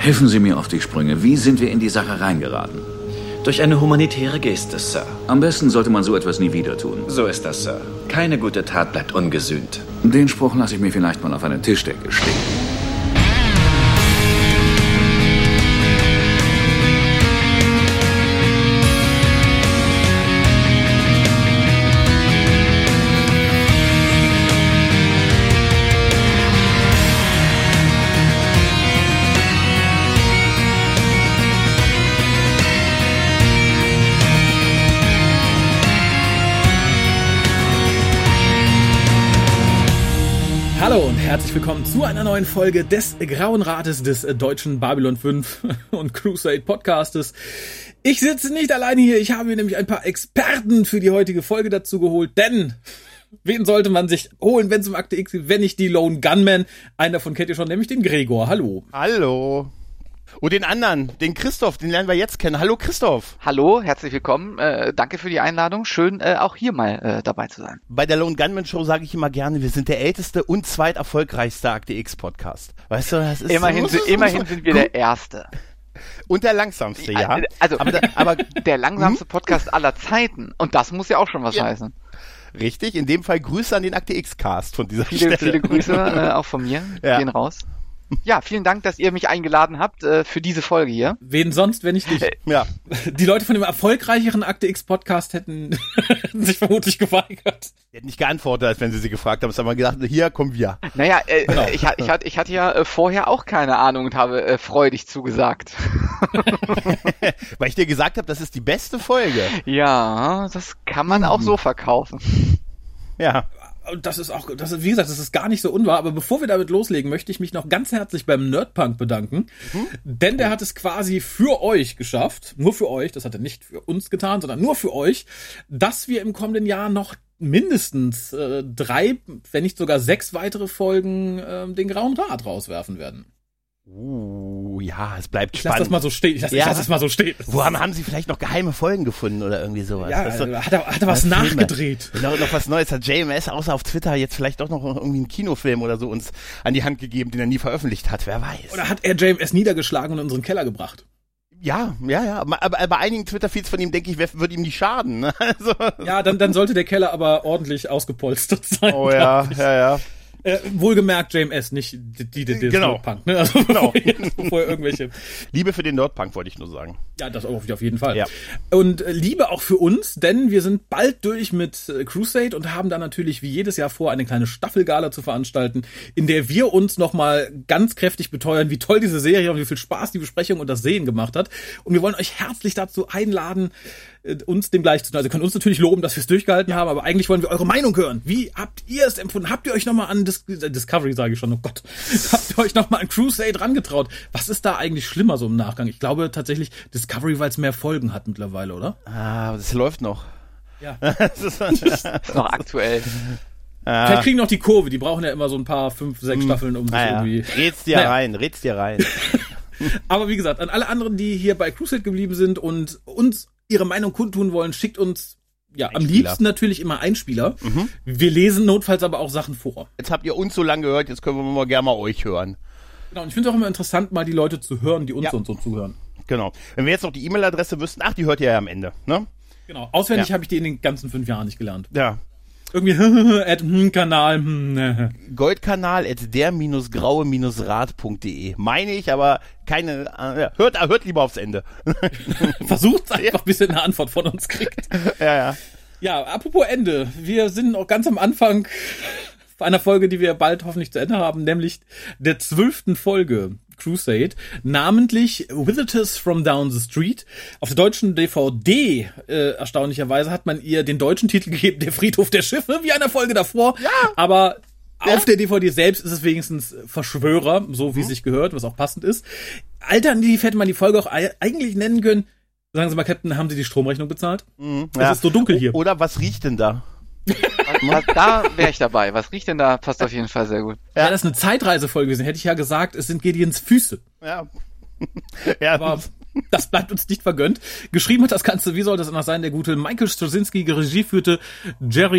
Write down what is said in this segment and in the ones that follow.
Helfen Sie mir auf die Sprünge. Wie sind wir in die Sache reingeraten? Durch eine humanitäre Geste, Sir. Am besten sollte man so etwas nie wieder tun. So ist das, Sir. Keine gute Tat bleibt ungesühnt. Den Spruch lasse ich mir vielleicht mal auf eine Tischdecke stehen. Hallo und herzlich willkommen zu einer neuen Folge des Grauen Rates des deutschen Babylon 5 und Crusade Podcastes. Ich sitze nicht alleine hier, ich habe mir nämlich ein paar Experten für die heutige Folge dazu geholt, denn wen sollte man sich holen, wenn es um Akte X geht, wenn nicht die Lone Gunman? Einen davon kennt ihr schon, nämlich den Gregor. Hallo. Hallo. Und den anderen, den Christoph, den lernen wir jetzt kennen. Hallo Christoph. Hallo, herzlich willkommen. Danke für die Einladung. Schön, auch hier mal dabei zu sein. Bei der Lone Gunman Show sage ich immer gerne, wir sind der älteste und zweiterfolgreichste Akte X Podcast. Weißt du, das ist immerhin sind wir der Erste. Und der langsamste, ja. Also, aber der langsamste Podcast aller Zeiten. Und das muss ja auch schon was heißen. Richtig, in dem Fall Grüße an den Akte X-Cast von dieser Stelle. Viele Grüße auch von mir, gehen raus. Ja, vielen Dank, dass ihr mich eingeladen habt für diese Folge hier. Wen sonst, wenn ich dich? Ja. Die Leute von dem erfolgreicheren Akte X Podcast hätten sich vermutlich geweigert. Die hätten nicht geantwortet, als wenn sie gefragt haben. Es haben wir gedacht, hier kommen wir. Naja, genau. ich hatte ja vorher auch keine Ahnung und habe freudig zugesagt. Weil ich dir gesagt habe, das ist die beste Folge. Ja, das kann man auch so verkaufen. Ja. Wie gesagt, das ist gar nicht so unwahr, aber bevor wir damit loslegen, möchte ich mich noch ganz herzlich beim Nerdpunk bedanken, denn der hat es quasi für euch geschafft, nur für euch, das hat er nicht für uns getan, sondern nur für euch, dass wir im kommenden Jahr noch mindestens 3, wenn nicht sogar 6 weitere Folgen den Grauen Rat rauswerfen werden. Ja, es bleibt Ich spannend. lass das mal so stehen. Ich lass das mal so stehen. Wo haben sie vielleicht noch geheime Folgen gefunden oder irgendwie sowas? Ja, weißt du? hat er was nachgedreht. Noch was Neues. Hat JMS außer auf Twitter jetzt vielleicht doch noch irgendwie einen Kinofilm oder so uns an die Hand gegeben, den er nie veröffentlicht hat. Wer weiß. Oder hat er JMS niedergeschlagen und in unseren Keller gebracht? Ja. Aber bei einigen Twitter-Feeds von ihm, denke ich, würde ihm nicht schaden. Ne? Also. Ja, dann sollte der Keller aber ordentlich ausgepolstert sein. Oh ja. Wohlgemerkt JMS, nicht die genau. Nerdpunk, ne? Also genau. bevor irgendwelche. Liebe für den Nerdpunk, wollte ich nur sagen. Ja, das auf jeden Fall. Ja. Und Liebe auch für uns, denn wir sind bald durch mit Crusade und haben dann natürlich wie jedes Jahr vor, eine kleine Staffelgala zu veranstalten, in der wir uns nochmal ganz kräftig beteuern, wie toll diese Serie und wie viel Spaß die Besprechung und das Sehen gemacht hat. Und wir wollen euch herzlich dazu einladen, uns dem gleich zu tun. Also ihr könnt uns natürlich loben, dass wir es durchgehalten haben, aber eigentlich wollen wir eure Meinung hören. Wie habt ihr es empfunden? Habt ihr euch nochmal an Discovery, sage ich schon, oh Gott, habt ihr euch nochmal an Crusade rangetraut? Was ist da eigentlich schlimmer so im Nachgang? Ich glaube tatsächlich Discovery, weil es mehr Folgen hat mittlerweile, oder? Ah, das läuft noch. Ja. Das ist noch aktuell. Vielleicht kriegen noch die Kurve, die brauchen ja immer so ein paar 5, 6 Staffeln, um sich irgendwie... Red's dir rein. Aber wie gesagt, an alle anderen, die hier bei Crusade geblieben sind und uns ihre Meinung kundtun wollen, schickt uns am liebsten natürlich immer Einspieler. Wir lesen notfalls aber auch Sachen vor. Jetzt habt ihr uns so lange gehört, jetzt können wir mal gerne mal euch hören. Genau, und ich finde es auch immer interessant, mal die Leute zu hören, die uns und so zuhören. Genau. Wenn wir jetzt noch die E-Mail-Adresse wüssten, die hört ihr ja am Ende, ne? Genau, auswendig habe ich die in den ganzen 5 Jahren nicht gelernt. Ja. Irgendwie Kanal. Goldkanal der-graue-rat.de. Meine ich, aber keine. Hört lieber aufs Ende. Versucht einfach, bis ihr eine Antwort von uns kriegt. Ja. Ja, apropos Ende. Wir sind noch ganz am Anfang einer Folge, die wir bald hoffentlich zu Ende haben, nämlich der 12. Folge Crusade, namentlich Visitors from Down the Street. Auf der deutschen DVD, erstaunlicherweise, hat man ihr den deutschen Titel gegeben, Der Friedhof der Schiffe, wie einer Folge davor. Ja. Aber auf der DVD selbst ist es wenigstens Verschwörer, so wie es sich gehört, was auch passend ist. Alternativ hätte man die Folge auch eigentlich nennen können, sagen Sie mal, Captain, haben Sie die Stromrechnung bezahlt? Es ist so dunkel hier. Oder was riecht denn da? Da wäre ich dabei. Was riecht denn da? Passt auf jeden Fall sehr gut. Ja. Wäre das eine Zeitreisefolge gewesen, hätte ich ja gesagt, es sind Gideons Füße. Ja. Aber das bleibt uns nicht vergönnt. Geschrieben hat das Ganze, wie soll das anders sein, der gute Michael Straczynski, Regie führte Jerry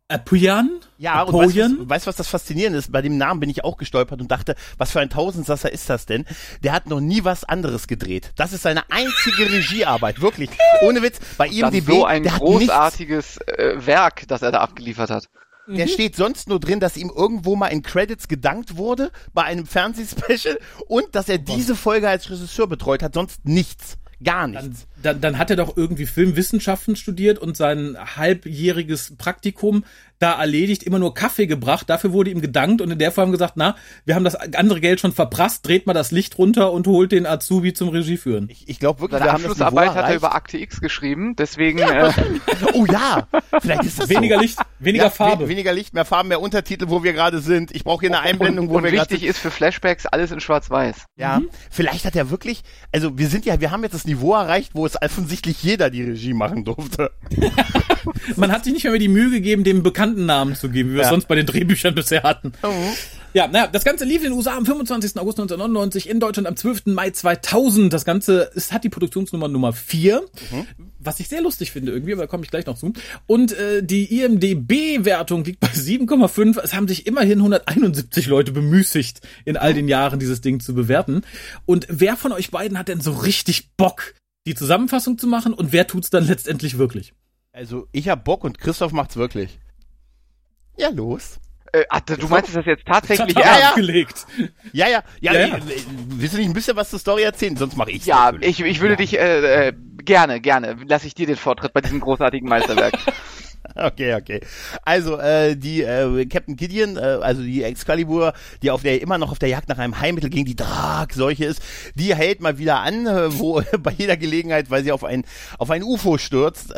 Apoyan? Ja, und weißt du, was das Faszinierende ist? Bei dem Namen bin ich auch gestolpert und dachte, was für ein Tausendsasser ist das denn? Der hat noch nie was anderes gedreht. Das ist seine einzige Regiearbeit, wirklich. Ohne Witz. Bei IMDb, so ein großartiges Werk, das er da abgeliefert hat. Der steht sonst nur drin, dass ihm irgendwo mal in Credits gedankt wurde, bei einem Fernsehspecial, und dass er diese Folge als Regisseur betreut hat, sonst nichts. Gar nichts. Dann hat er doch irgendwie Filmwissenschaften studiert und sein halbjähriges Praktikum da erledigt, immer nur Kaffee gebracht, dafür wurde ihm gedankt und in der Form gesagt, wir haben das andere Geld schon verprasst, dreht mal das Licht runter und holt den Azubi zum Regie führen. Ich glaube wirklich, seine Abschlussarbeit hat er über Akte X geschrieben, deswegen... Oh ja, vielleicht ist das weniger so. Licht, weniger Farbe. Weniger Licht, mehr Farben, mehr Untertitel, wo wir gerade sind. Ich brauche hier eine Einblendung, wo wir gerade sind. Und wichtig ist für Flashbacks alles in Schwarz-Weiß. Ja, vielleicht hat er wirklich, also wir haben jetzt das Niveau erreicht, wo es offensichtlich jeder die Regie machen durfte. Man hat sich nicht mehr die Mühe gegeben, dem bekannten Namen zu geben, wie wir es sonst bei den Drehbüchern bisher hatten. Ja, das Ganze lief in den USA am 25. August 1999, in Deutschland am 12. Mai 2000. Das Ganze hat die Produktionsnummer Nummer 4, was ich sehr lustig finde irgendwie, aber da komme ich gleich noch zu. Und die IMDb-Wertung liegt bei 7,5. Es haben sich immerhin 171 Leute bemüßigt, in all den Jahren dieses Ding zu bewerten. Und wer von euch beiden hat denn so richtig Bock, die Zusammenfassung zu machen, und wer tut's dann letztendlich wirklich? Also ich hab Bock und Christoph macht's wirklich. Ja, los. Du meinst das jetzt tatsächlich aufgelegt? Ja. Willst du nicht ein bisschen was zur Story erzählen? Sonst mache ich's. Ja, natürlich. Ich würde dich gerne. Lass ich dir den Vortritt bei diesem großartigen Meisterwerk. Okay. Also die Captain Gideon, also die Excalibur, die immer noch auf der Jagd nach einem Heilmittel gegen die Dragseuche ist, die hält mal wieder an, wo bei jeder Gelegenheit, weil sie auf ein UFO stürzt,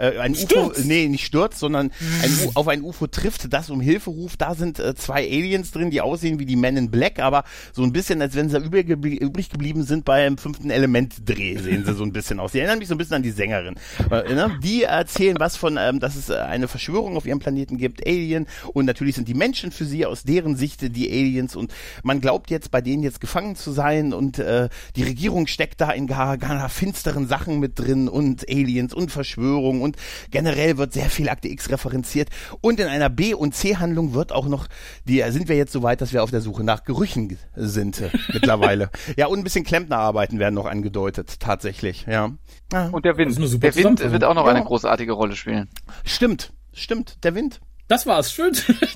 nicht stürzt, sondern auf ein UFO trifft, das um Hilfe ruft. Da sind 2 Aliens drin, die aussehen wie die Men in Black, aber so ein bisschen, als wenn sie übrig geblieben sind beim 5. Element-Dreh, sehen sie so ein bisschen aus. Sie erinnern mich so ein bisschen an die Sängerin. Die erzählen was von, dass es eine Verschwörung auf ihrem Planeten gibt, Alien, und natürlich sind die Menschen für sie aus deren Sicht die Aliens, und man glaubt jetzt, bei denen jetzt gefangen zu sein, und die Regierung steckt da in gar finsteren Sachen mit drin, und Aliens und Verschwörung, und generell wird sehr viel Akte X referenziert, und in einer B- und C-Handlung wird auch noch, sind wir jetzt so weit, dass wir auf der Suche nach Gerüchen sind mittlerweile. Ja, und ein bisschen Klempnerarbeiten werden noch angedeutet, tatsächlich, ja. Und der Wind. Der Wind wird auch noch eine großartige Rolle spielen. Stimmt, der Wind. Das war's, schön.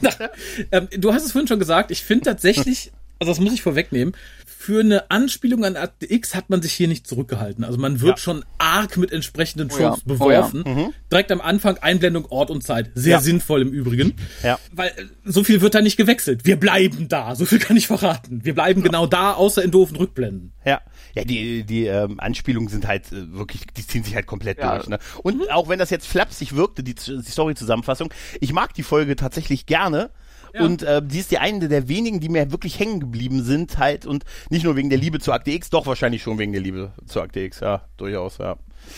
Du hast es vorhin schon gesagt, ich finde tatsächlich, also das muss ich vorwegnehmen, für eine Anspielung an Akte X hat man sich hier nicht zurückgehalten. Also man wird schon arg mit entsprechenden Tropes beworfen. Direkt am Anfang Einblendung, Ort und Zeit. Sehr sinnvoll im Übrigen. Ja. Weil so viel wird da nicht gewechselt. Wir bleiben da. So viel kann ich verraten. Wir bleiben genau da, außer in doofen Rückblenden. Ja, die Anspielungen sind halt wirklich, die ziehen sich halt komplett durch. Ne? Und auch wenn das jetzt flapsig wirkte, die Story-Zusammenfassung, ich mag die Folge tatsächlich gerne. Ja. Und die ist die eine der wenigen, die mir wirklich hängen geblieben sind halt, und nicht nur wegen der Liebe zu Akte X, doch wahrscheinlich schon wegen der Liebe zu Akte X, ja, durchaus, ja.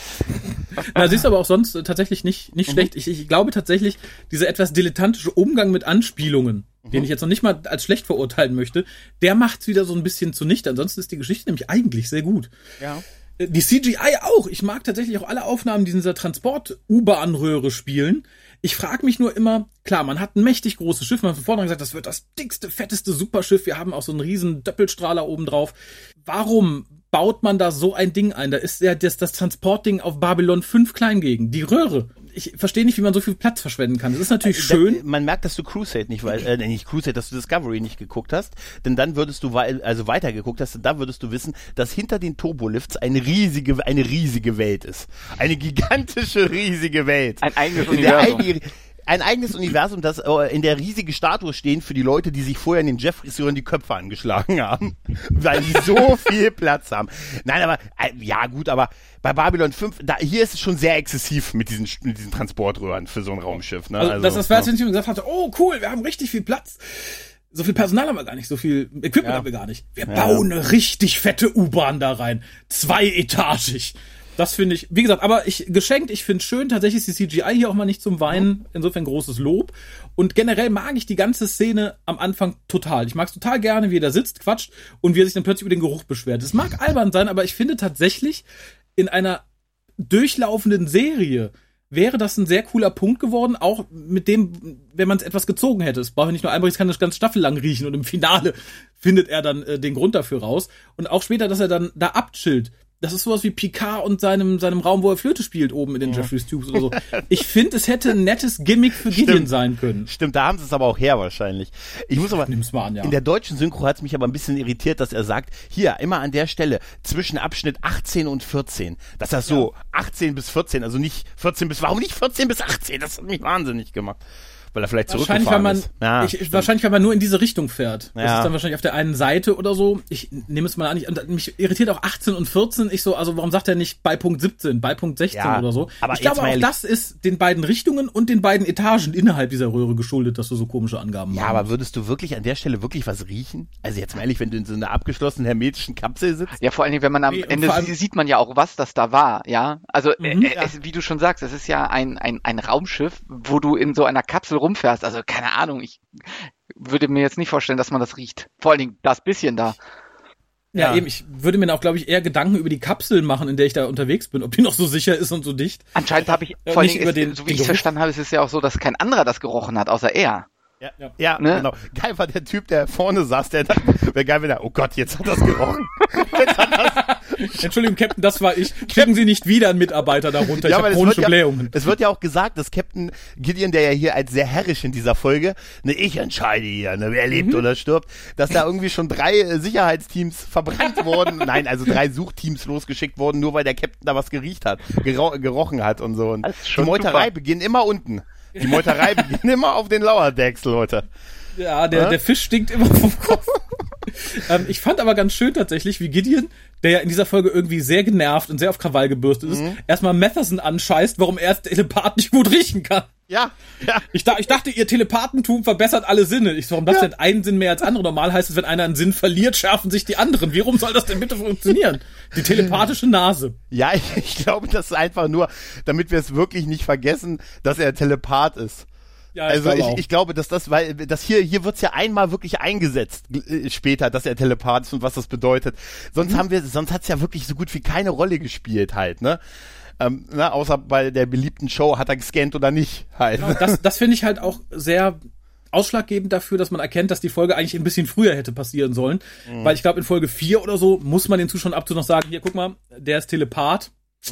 Sie ist aber auch sonst tatsächlich nicht schlecht. Ich glaube tatsächlich, dieser etwas dilettantische Umgang mit Anspielungen, den ich jetzt noch nicht mal als schlecht verurteilen möchte, der macht's wieder so ein bisschen zunichte. Ansonsten ist die Geschichte nämlich eigentlich sehr gut. Ja. Die CGI auch. Ich mag tatsächlich auch alle Aufnahmen, die in dieser Transport-U-Bahn-Röhre spielen. Ich frage mich nur immer, klar, man hat ein mächtig großes Schiff, man hat von vornherein gesagt, das wird das dickste, fetteste Superschiff, wir haben auch so einen riesen Doppelstrahler oben drauf. Warum baut man da so ein Ding ein? Da ist ja das Transportding auf Babylon 5 Kleingegen, die Röhre. Ich verstehe nicht, wie man so viel Platz verschwenden kann. Das ist natürlich schön. Man merkt, dass du Crusade dass du Discovery nicht geguckt hast, denn dann würdest du weiter geguckt hast, da würdest du wissen, dass hinter den Turbolifts eine riesige Welt ist. Eine gigantische, riesige Welt. Ein eigenes Universum. Ein eigenes Universum, das in der riesige Statue stehen für die Leute, die sich vorher in den Jeffreys-Röhren die Köpfe angeschlagen haben, weil die so viel Platz haben. Nein, aber ja gut, aber bei Babylon 5, hier ist es schon sehr exzessiv mit diesen Transportröhren für so ein Raumschiff. Ne? Also das war, als ich gesagt hatte, oh cool, wir haben richtig viel Platz. So viel Personal haben wir gar nicht, so viel Equipment haben wir gar nicht. Wir bauen eine richtig fette U-Bahn da rein, 2-etagig. Das finde ich, wie gesagt, aber geschenkt, ich finde es schön, tatsächlich ist die CGI hier auch mal nicht zum Weinen, insofern großes Lob. Und generell mag ich die ganze Szene am Anfang total. Ich mag es total gerne, wie er da sitzt, quatscht und wie er sich dann plötzlich über den Geruch beschwert. Es mag albern sein, aber ich finde tatsächlich, in einer durchlaufenden Serie wäre das ein sehr cooler Punkt geworden, auch mit dem, wenn man es etwas gezogen hätte. Es braucht ja nicht nur einmal, es kann das ganz Staffel lang riechen und im Finale findet er dann den Grund dafür raus. Und auch später, dass er dann da abchillt. Das ist sowas wie Picard und seinem Raum, wo er Flöte spielt, oben in den Jeffries Tubes oder so. Ich finde, es hätte ein nettes Gimmick für Gideon sein können. Stimmt, da haben sie es aber auch her wahrscheinlich. Ich muss aber, nimm's mal an, ja. In der deutschen Synchro hat es mich aber ein bisschen irritiert, dass er sagt, hier, immer an der Stelle, zwischen Abschnitt 18 und 14. Dass das so 18 bis 14, also nicht 14 bis, warum nicht 14 bis 18? Das hat mich wahnsinnig gemacht. Weil er vielleicht zurückgefahren ist. Wahrscheinlich, weil man nur in diese Richtung fährt. Das Ja. ist dann wahrscheinlich auf der einen Seite oder so. Ich nehme es mal an. Und mich irritiert auch 18 und 14. Also warum sagt er nicht bei Punkt 17, bei Punkt 16 oder so? Aber ich glaube auch, ehrlich, das ist den beiden Richtungen und den beiden Etagen innerhalb dieser Röhre geschuldet, dass du so komische Angaben machst. Ja, aber würdest du wirklich an der Stelle wirklich was riechen? Also jetzt mal ehrlich, wenn du in so einer abgeschlossenen hermetischen Kapsel sitzt? Ja, vor allen Dingen, wenn man am Ende sieht man ja auch, was das da war, ja. Also, wie du schon sagst, es ist ja ein Raumschiff, wo du in so einer Kapsel rumfährst. Also, keine Ahnung, ich würde mir jetzt nicht vorstellen, dass man das riecht. Vor allen Dingen das bisschen da. Ja, eben, ich würde mir auch, glaube ich, eher Gedanken über die Kapsel machen, in der ich da unterwegs bin, ob die noch so sicher ist und so dicht. Anscheinend habe ich, vor allen Dingen, so wie ich es verstanden habe, ist es ja auch so, dass kein anderer das gerochen hat, außer er. Ja, ne? Genau. Geil war der Typ, der vorne saß, der dachte, wäre geil, wenn er, oh Gott, jetzt hat das gerochen. Entschuldigung, Captain, das war ich. Schicken Sie nicht wieder einen Mitarbeiter darunter, ich habe chronische Blähungen. Es wird ja auch gesagt, dass Captain Gideon, der ja hier als sehr herrisch in dieser Folge, ich entscheide hier, wer lebt oder stirbt, dass da irgendwie schon 3 Sicherheitsteams verbrannt wurden, nein, also 3 Suchteams losgeschickt wurden, nur weil der Captain da was gerochen hat und so. Und die Meuterei beginnt immer unten. Die Meuterei beginnt immer auf den Lower Decks, Leute. Ja, der Fisch stinkt immer vom Kopf. Ich fand aber ganz schön tatsächlich, wie Gideon, der ja in dieser Folge irgendwie sehr genervt und sehr auf Krawall gebürstet ist, erstmal Matherson anscheißt, warum er als Telepath nicht gut riechen kann. Ja. Ich dachte, ihr Telepathentum verbessert alle Sinne. Warum das denn einen Sinn mehr als andere? Normal heißt es, wenn einer einen Sinn verliert, schärfen sich die anderen. Warum soll das denn bitte funktionieren? Die telepathische Nase. Ja, ich glaube, das ist einfach nur, damit wir es wirklich nicht vergessen, dass er Telepath ist. Ja, also ich glaube, dass weil das hier wird's ja einmal wirklich eingesetzt später, dass er Telepath ist und was das bedeutet. Sonst hat's ja wirklich so gut wie keine Rolle gespielt halt, ne? Außer bei der beliebten Show, hat er gescannt oder nicht halt. Ja, das finde ich halt auch sehr ausschlaggebend dafür, dass man erkennt, dass die Folge eigentlich ein bisschen früher hätte passieren sollen. Weil ich glaube, in Folge 4 oder so muss man den Zuschauern ab und zu noch sagen, hier, guck mal, der ist Telepath.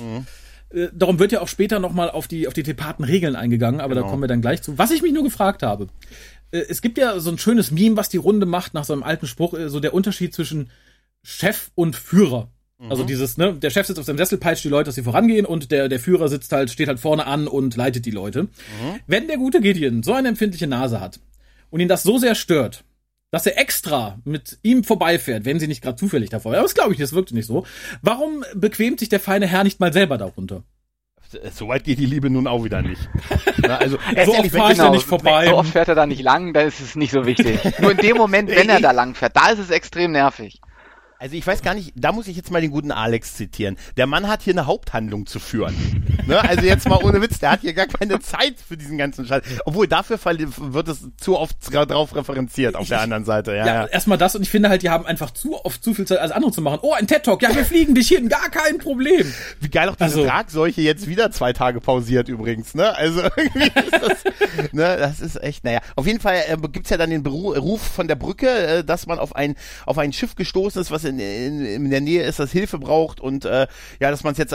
Darum wird ja auch später nochmal auf die Telepathenregeln eingegangen, aber da kommen wir dann gleich zu. Was ich mich nur gefragt habe, es gibt ja so ein schönes Meme, was die Runde macht nach so einem alten Spruch, so der Unterschied zwischen Chef und Führer. Also dieses, der Chef sitzt auf seinem Sessel, peitscht die Leute, dass sie vorangehen und der Führer steht halt vorne an und leitet die Leute. Wenn der gute Gideon so eine empfindliche Nase hat und ihn das so sehr stört, dass er extra mit ihm vorbeifährt, wenn sie nicht gerade zufällig davor wäre, aber das glaube ich nicht, das wirkte nicht so. Warum bequemt sich der feine Herr nicht mal selber darunter? So weit geht die Liebe nun auch wieder nicht. Also so oft fahre ich da nicht vorbei. So oft fährt er da nicht lang, dann ist es nicht so wichtig. Nur in dem Moment, wenn er da lang fährt, da ist es extrem nervig. Also ich weiß gar nicht, da muss ich jetzt mal den guten Alex zitieren. Der Mann hat hier eine Haupthandlung zu führen. Ne? Also jetzt mal ohne Witz, der hat hier gar keine Zeit für diesen ganzen Scheiß. Obwohl dafür wird es zu oft drauf referenziert auf der anderen Seite. Ja. Erstmal das und ich finde halt, die haben einfach zu oft zu viel Zeit als andere zu machen. Oh, ein TED-Talk, ja, wir fliegen dich hin, gar kein Problem. Wie geil auch diese Tragseuche jetzt wieder 2 Tage pausiert übrigens, ne? Also irgendwie ist das, ne? Das ist echt, naja. Auf jeden Fall gibt's ja dann den Ruf von der Brücke, dass man auf ein Schiff gestoßen ist, was in der Nähe ist, das Hilfe braucht und dass man es jetzt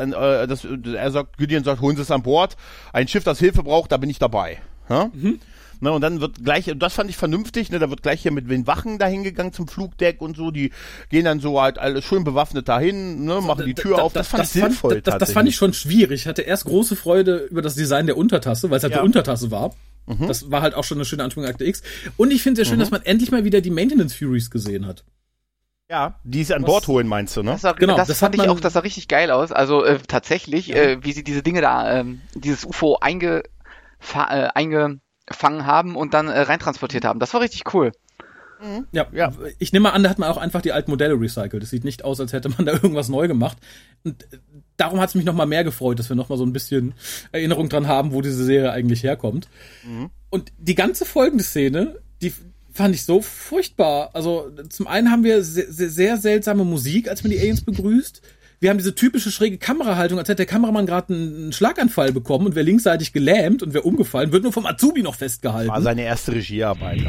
Gideon sagt, holen Sie es an Bord. Ein Schiff, das Hilfe braucht, da bin ich dabei. Ja? Ne, und dann wird gleich, das fand ich vernünftig, ne, da wird gleich hier mit den Wachen dahin gegangen zum Flugdeck und so, die gehen dann so halt alle schön bewaffnet dahin, ne, machen die Tür auf. Das fand ich sinnvoll. Das fand ich schon schwierig. Ich hatte erst große Freude über das Design der Untertasse, weil es halt eine Untertasse war. Das war halt auch schon eine schöne Anspielung Akte X. Und ich finde es sehr schön, dass man endlich mal wieder die Maintenance Furies gesehen hat. Ja, die sie an Bord holen, meinst du, ne? Das fand ich auch, das sah richtig geil aus. Also tatsächlich, wie sie diese Dinge da, dieses UFO eingefangen haben und dann reintransportiert haben. Das war richtig cool. Ja, ich nehme mal an, da hat man auch einfach die alten Modelle recycelt. Es sieht nicht aus, als hätte man da irgendwas neu gemacht. Und darum hat es mich noch mal mehr gefreut, dass wir noch mal so ein bisschen Erinnerung dran haben, wo diese Serie eigentlich herkommt. Und die ganze folgende Szene, die fand ich so furchtbar. Also zum einen haben wir sehr, sehr seltsame Musik, als man die Aliens begrüßt. wir haben diese typische schräge Kamerahaltung, als hätte der Kameramann gerade einen Schlaganfall bekommen und wäre linksseitig gelähmt und wäre umgefallen, wird nur vom Azubi noch festgehalten. War seine erste Regiearbeit.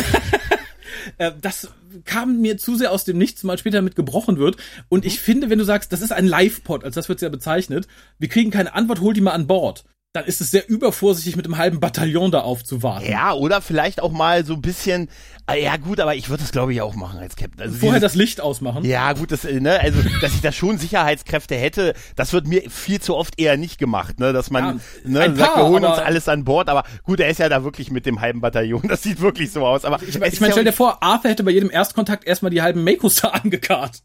Das kam mir zu sehr aus dem Nichts, mal später mit gebrochen wird. Und ich finde, wenn du sagst, das ist ein Live-Pod, als das wird ja bezeichnet, wir kriegen keine Antwort, hol die mal an Bord. Dann ist es sehr übervorsichtig, mit einem halben Bataillon da aufzuwarten. Ja, oder vielleicht auch mal so ein bisschen, ja gut, aber ich würde das glaube ich auch machen als Captain. Also vorher das Licht ausmachen. Ja gut, das, ne, also dass ich da schon Sicherheitskräfte hätte, das wird mir viel zu oft eher nicht gemacht, ne, dass man sagt, wir holen uns alles an Bord, aber gut, er ist ja da wirklich mit dem halben Bataillon, das sieht wirklich so aus. Aber ich meine, stell dir vor, Arthur hätte bei jedem Erstkontakt erstmal die halben Makos da angekarrt.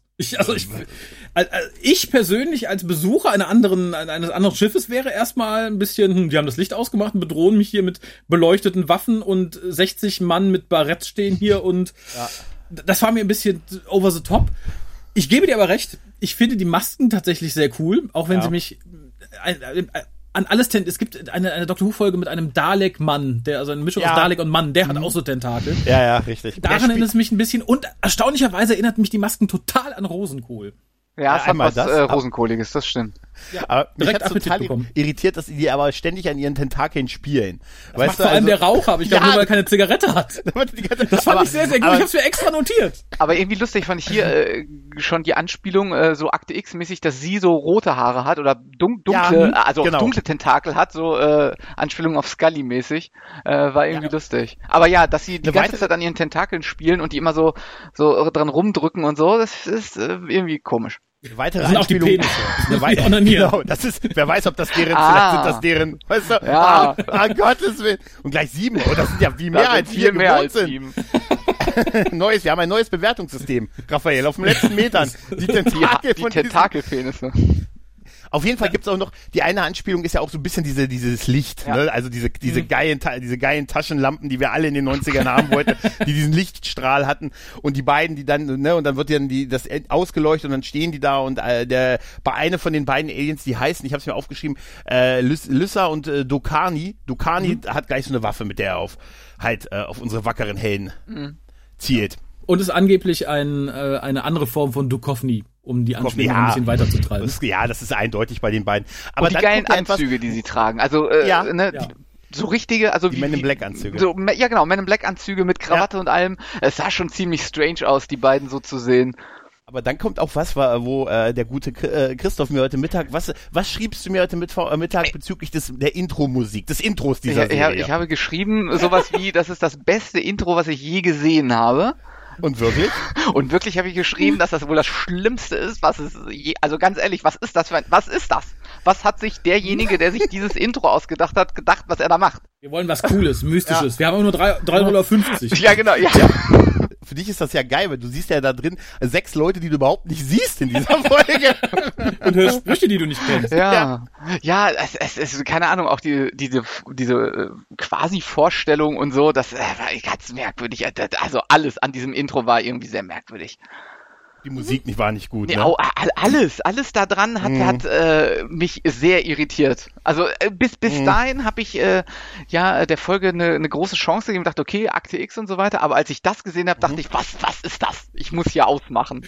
Ich persönlich als Besucher eines anderen Schiffes wäre erstmal ein bisschen, die haben das Licht ausgemacht und bedrohen mich hier mit beleuchteten Waffen und 60 Mann mit Baretts stehen hier und das war mir ein bisschen over the top. Ich gebe dir aber recht, ich finde die Masken tatsächlich sehr cool, auch wenn sie mich an alles es gibt eine Doctor Who-Folge mit einem Dalek-Mann, der also eine Mischung aus Dalek und Mann, der hat auch so Tentakel. Ja, richtig. Daran erinnert es mich ein bisschen und erstaunlicherweise erinnert mich die Masken total an Rosenkohl. Ja, es hat was Rosenkohliges, das stimmt. Ja, aber mich hat total irritiert, dass die aber ständig an ihren Tentakeln spielen. Das macht vor allem der Raucher, aber ich glaube nur, weil er keine Zigarette hat. Das fand ich sehr, sehr gut, ich hab's mir extra notiert. Aber irgendwie lustig fand ich hier schon die Anspielung so Akte X-mäßig, dass sie so rote Haare hat oder dunkle Tentakel hat, so Anspielung auf Scully-mäßig, war irgendwie lustig. Aber ja, dass sie die ganze Zeit an ihren Tentakeln spielen und die immer so dran rumdrücken und so, das ist irgendwie komisch. Weitere das sind Anspielung. Genau, das ist, wer weiß, ob das deren, vielleicht sind das deren, weißt du, Gottes Willen. Und gleich 7, oh, das sind ja wie mehr als 4 gewohnt sind. Wir haben ein neues Bewertungssystem, Raphael, auf den letzten Metern. Die Tentakelpenisse. Auf jeden Fall gibt's auch noch, die eine Anspielung ist ja auch so ein bisschen dieses Licht, ne? Also diese geilen Taschenlampen, die wir alle in den 90ern haben wollten, die diesen Lichtstrahl hatten und die beiden, die dann, ne, und dann wird dann das ausgeleuchtet und dann stehen die da und bei einer von den beiden Aliens, die heißen, ich habe es mir aufgeschrieben, Lyssa und Dokani hat gleich so eine Waffe, mit der er auf unsere wackeren Helden zielt. Und ist angeblich eine andere Form von Duchovny, um die Anspielung ein bisschen weiterzutreiben. Das ist eindeutig bei den beiden. Aber und die geilen Anzüge, die sie tragen. Also, so richtige, also die Men in Black Anzüge. Ja, genau, Men in Black Anzüge mit Krawatte und allem. Es sah schon ziemlich strange aus, die beiden so zu sehen. Aber dann kommt auch was, wo der gute Christoph mir heute Mittag, was schriebst du mir heute Mittag bezüglich der Intro-Musik, des Intros dieser Serie? Ich habe geschrieben, sowas wie, das ist das beste Intro, was ich je gesehen habe. Und wirklich? Und wirklich habe ich geschrieben, dass das wohl das Schlimmste ist, also ganz ehrlich, was ist das? Was hat sich derjenige, der sich dieses Intro ausgedacht hat, gedacht, was er da macht? Wir wollen was Cooles, Mystisches. Ja. Wir haben auch nur 3,50 $. Ja, genau, ja. Für dich ist das ja geil, weil du siehst ja da drin 6 Leute, die du überhaupt nicht siehst in dieser Folge. Und hörst Sprüche, die du nicht kennst. Ja, es ist, keine Ahnung, auch diese quasi Vorstellung und so, das war ganz merkwürdig. Also alles an diesem Intro war irgendwie sehr merkwürdig. Die Musik war nicht gut. Nee, ne? Alles da dran hat mich sehr irritiert. Also bis dahin habe ich der Folge eine große Chance gegeben und dachte, okay, Akte X und so weiter. Aber als ich das gesehen habe, dachte ich, was ist das? Ich muss hier ausmachen.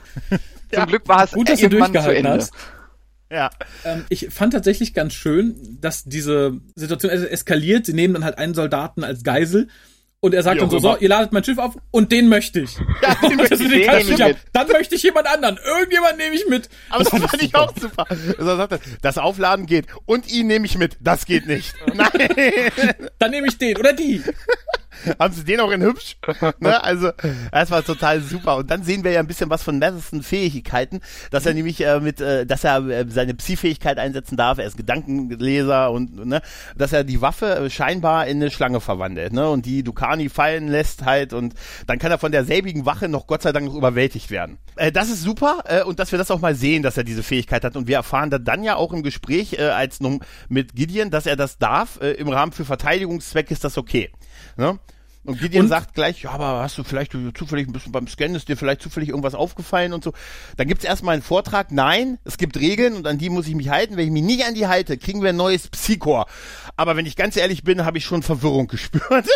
Zum Glück war es gut, dass irgendwann du durchgehalten zu Ende. Hast. Ja. Ich fand tatsächlich ganz schön, dass diese Situation eskaliert. Sie nehmen dann halt einen Soldaten als Geisel. Und er sagt dann so, ihr ladet mein Schiff auf und den möchte ich. Ja, den möchte ich mit. Dann möchte ich jemand anderen. Irgendjemand nehme ich mit. Aber das fand ich auch super. Also sagt er, das Aufladen geht und ihn nehme ich mit. Das geht nicht. Nein. Dann nehme ich den oder die. Haben sie den auch in hübsch? Ne? Also, das war total super. Und dann sehen wir ja ein bisschen was von Madisons Fähigkeiten, dass er nämlich dass er seine Psi-Fähigkeit einsetzen darf. Er ist Gedankenleser und ne, dass er die Waffe scheinbar in eine Schlange verwandelt, ne? Und die Dokani fallen lässt halt und dann kann er von derselbigen Wache noch Gott sei Dank noch überwältigt werden. Das ist super und dass wir das auch mal sehen, dass er diese Fähigkeit hat. Und wir erfahren dann ja auch im Gespräch mit Gideon, dass er das darf. Im Rahmen für Verteidigungszweck ist das okay. Ne? Und Gideon sagt gleich, ja, aber hast du vielleicht zufällig ein bisschen beim Scannen, ist dir vielleicht zufällig irgendwas aufgefallen und so. Dann gibt's erstmal einen Vortrag, nein, es gibt Regeln und an die muss ich mich halten. Wenn ich mich nicht an die halte, kriegen wir ein neues Psychor. Aber wenn ich ganz ehrlich bin, habe ich schon Verwirrung gespürt.